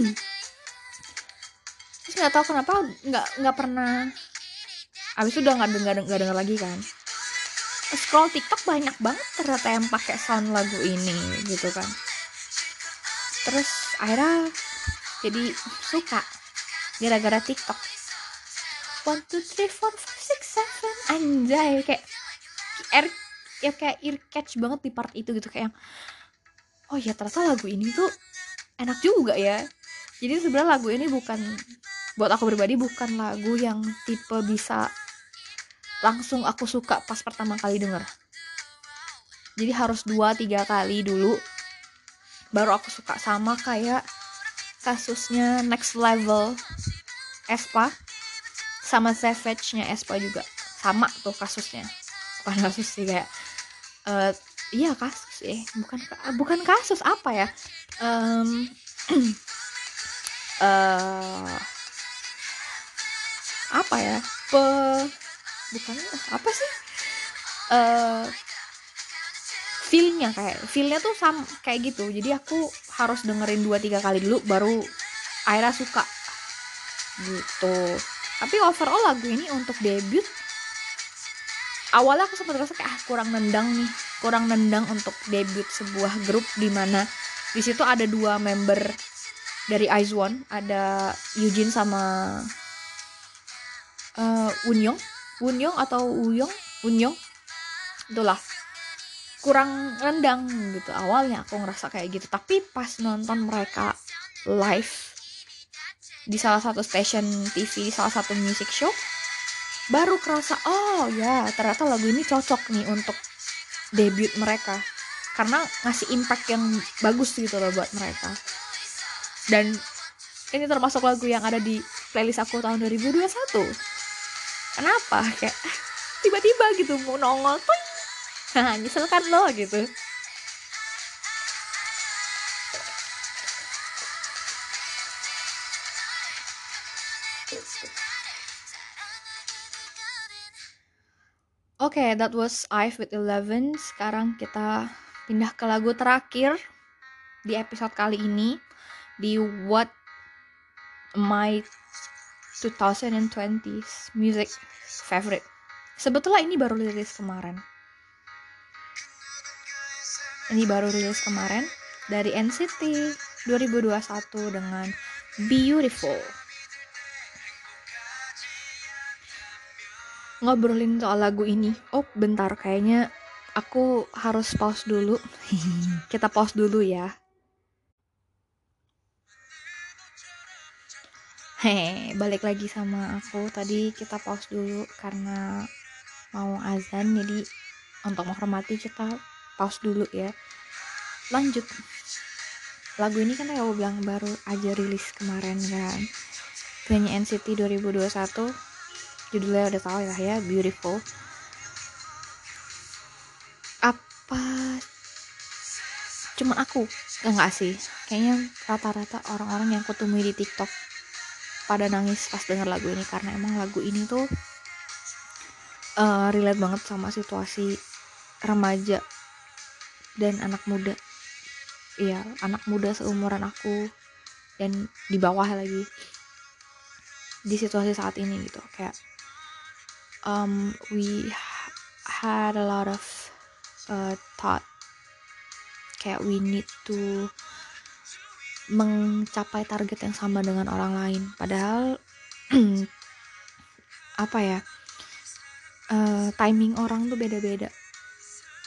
Terus nggak tahu kenapa nggak nggak pernah. Abis itu udah nggak dengar nggak dengar lagi kan. Scroll TikTok banyak banget ternyata yang pakai sound lagu ini gitu kan. Terus akhirnya jadi suka gara-gara TikTok. One two three four five six seven, anjay, kayak ear, ya kayak ear catch banget di part itu gitu, kayak yang, oh ya ternyata lagu ini tuh enak juga ya. Jadi sebenarnya lagu ini bukan, buat aku pribadi bukan lagu yang tipe bisa langsung aku suka pas pertama kali denger. Jadi harus dua tiga kali dulu baru aku suka, sama kayak kasusnya Next Level aespa sama Savage-nya aespa juga sama tuh kasusnya. Bukan kasus sih, kayak uh, iya kasus eh bukan bukan kasus apa ya, um, uh, apa ya pe bukan apa sih, uh, feelnya kayak feelnya tuh sama kayak gitu. Jadi aku harus dengerin dua tiga kali dulu baru akhirnya suka gitu. Tapi overall lagu ini untuk debut, awalnya aku sempat rasa kayak ah, kurang nendang nih, kurang nendang untuk debut sebuah grup di mana di situ ada dua member dari IZ*ONE, ada Eugene sama uh, Wonyoung, Wonyoung atau Wooyoung, Wonyoung, itulah, kurang rendang gitu. Awalnya aku ngerasa kayak gitu, tapi pas nonton mereka live di salah satu stasiun T V, di salah satu music show, baru kerasa oh ya ternyata lagu ini cocok nih untuk debut mereka, karena ngasih impact yang bagus gitu loh buat mereka. Dan ini termasuk lagu yang ada di playlist aku tahun dua ribu dua puluh satu. Kenapa? Kayak tiba-tiba gitu mau nongol tuh, nah nyesel kan lo gitu. Oke, okay, that was I've with Eleven. Sekarang kita pindah ke lagu terakhir di episode kali ini, di What My twenty twenties Music Favorite. Sebetulnya ini baru rilis kemarin. Ini baru rilis kemarin dari N C T dua ribu dua puluh satu dengan Beautiful. Ngobrolin soal lagu ini, oh bentar, kayaknya aku harus pause dulu. Kita pause dulu ya. Hehe, balik lagi sama aku. Tadi kita pause dulu karena mau azan, jadi untuk menghormati kita pause dulu ya. Lanjut. Lagu ini kan aku bilang baru aja rilis kemarin kan. Penyanyi N C T dua ribu dua puluh satu. Judulnya udah tahu lah ya, Beautiful. Apa cuma aku? Enggak sih, kayaknya rata-rata orang-orang yang aku temui di TikTok pada nangis pas denger lagu ini, karena emang lagu ini tuh uh, relate banget sama situasi remaja dan anak muda. Iya, anak muda seumuran aku dan di bawah lagi di situasi saat ini gitu. Kayak um, we had a lot of uh, thought, kayak we need to mencapai target yang sama dengan orang lain, padahal apa ya, uh, timing orang tuh beda-beda.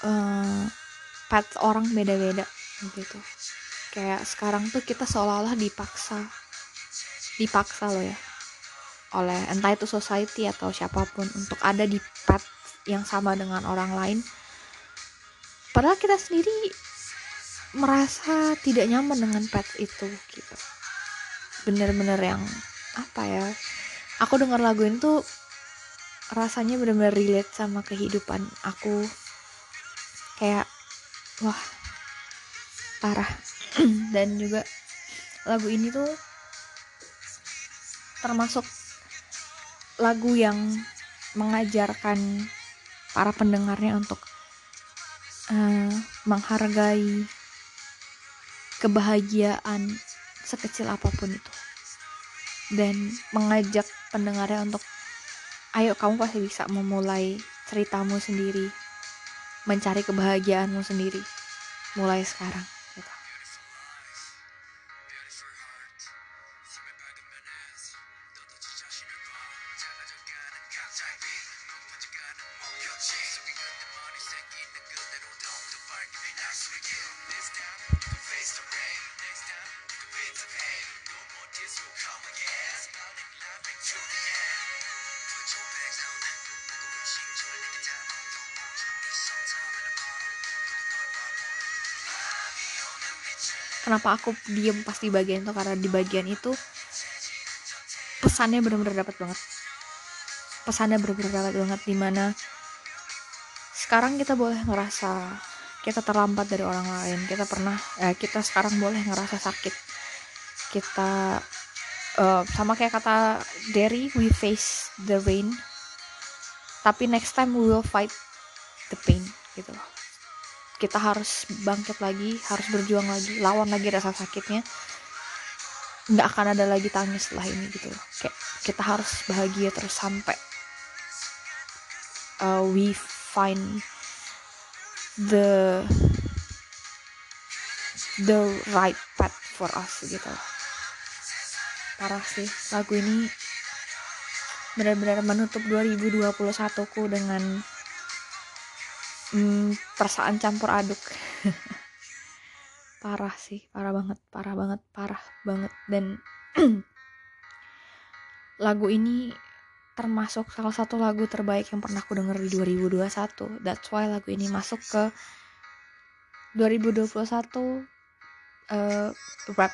uh, pets orang beda-beda gitu. Kayak sekarang tuh kita seolah-olah dipaksa dipaksa loh ya oleh entah itu society atau siapapun untuk ada di pet yang sama dengan orang lain, padahal kita sendiri merasa tidak nyaman dengan pet itu gitu. Bener-bener yang apa ya, aku dengar lagu ini tuh rasanya bener-bener relate sama kehidupan aku, kayak wah parah. Dan juga lagu ini tuh termasuk lagu yang mengajarkan para pendengarnya untuk uh, menghargai kebahagiaan sekecil apapun itu, dan mengajak pendengarnya untuk ayo kamu pasti bisa memulai ceritamu sendiri, mencari kebahagiaanmu sendiri mulai sekarang gitu. Kenapa aku diem pas di bagian itu, karena di bagian itu pesannya benar-benar dapat banget. Pesannya benar-benar dapat banget, dimana sekarang kita boleh ngerasa kita terlambat dari orang lain. Kita pernah, eh, kita sekarang boleh ngerasa sakit. Kita uh, sama kayak kata Derry, we face the rain, tapi next time we will fight the pain gitu loh. Kita harus bangkit lagi, harus berjuang lagi, lawan lagi rasa sakitnya. Nggak akan ada lagi tangis setelah ini gitu loh. Kayak kita harus bahagia terus sampai uh, we find the the right path for us gitu loh. Parah sih, lagu ini benar-benar menutup dua ribu dua puluh satu ku dengan Hmm, perasaan campur aduk. Parah sih, parah banget, parah banget, parah banget. Dan lagu ini termasuk salah satu lagu terbaik yang pernah aku denger di dua ribu dua puluh satu. That's why lagu ini masuk ke dua ribu dua puluh satu uh, rap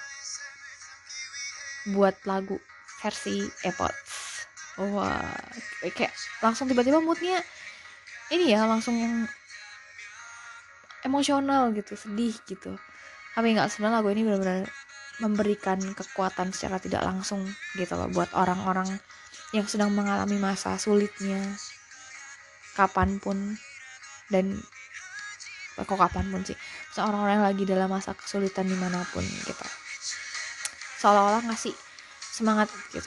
buat lagu versi AirPods. Wah, kayak langsung tiba-tiba moodnya ini ya, langsung yang emosional gitu, sedih gitu. Tapi nggak, sebenarnya lagu ini benar-benar memberikan kekuatan secara tidak langsung gitu loh buat orang-orang yang sedang mengalami masa sulitnya kapanpun. Dan kok kapanpun sih, misalnya orang-orang yang lagi dalam masa kesulitan dimanapun gitu, seolah-olah ngasih semangat gitu.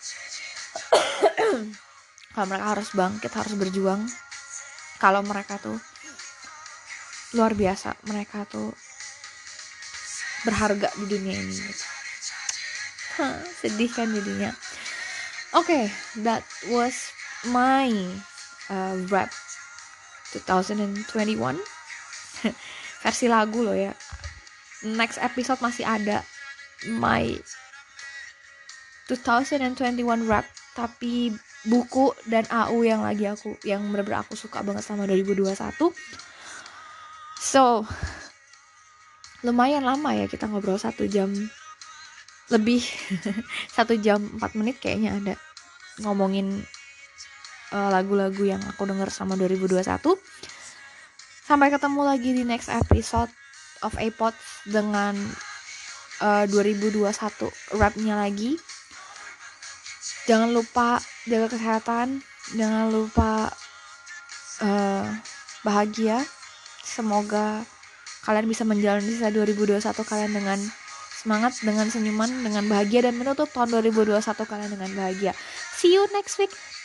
Kalau mereka harus bangkit, harus berjuang, kalau mereka tuh luar biasa, mereka tuh berharga di dunia ini gitu. Hah, sedih kan jadinya. Oke, okay, that was my uh, rap twenty twenty-one versi lagu loh ya. Next episode masih ada my twenty twenty-one rap, tapi buku dan A U yang lagi aku, yang bener-bener aku suka banget sama dua ribu dua puluh satu. So, lumayan lama ya kita ngobrol, satu jam lebih. Satu jam empat menit kayaknya ada ngomongin uh, lagu-lagu yang aku denger sama dua ribu dua puluh satu. Sampai ketemu lagi di next episode of AirPods dengan uh, dua ribu dua puluh satu rapnya lagi. Jangan lupa jaga kesehatan, jangan lupa uh, bahagia. Semoga kalian bisa menjalani sisa dua ribu dua puluh satu kalian dengan semangat, dengan senyuman, dengan bahagia, dan menutup tahun dua ribu dua puluh satu kalian dengan bahagia. See you next week.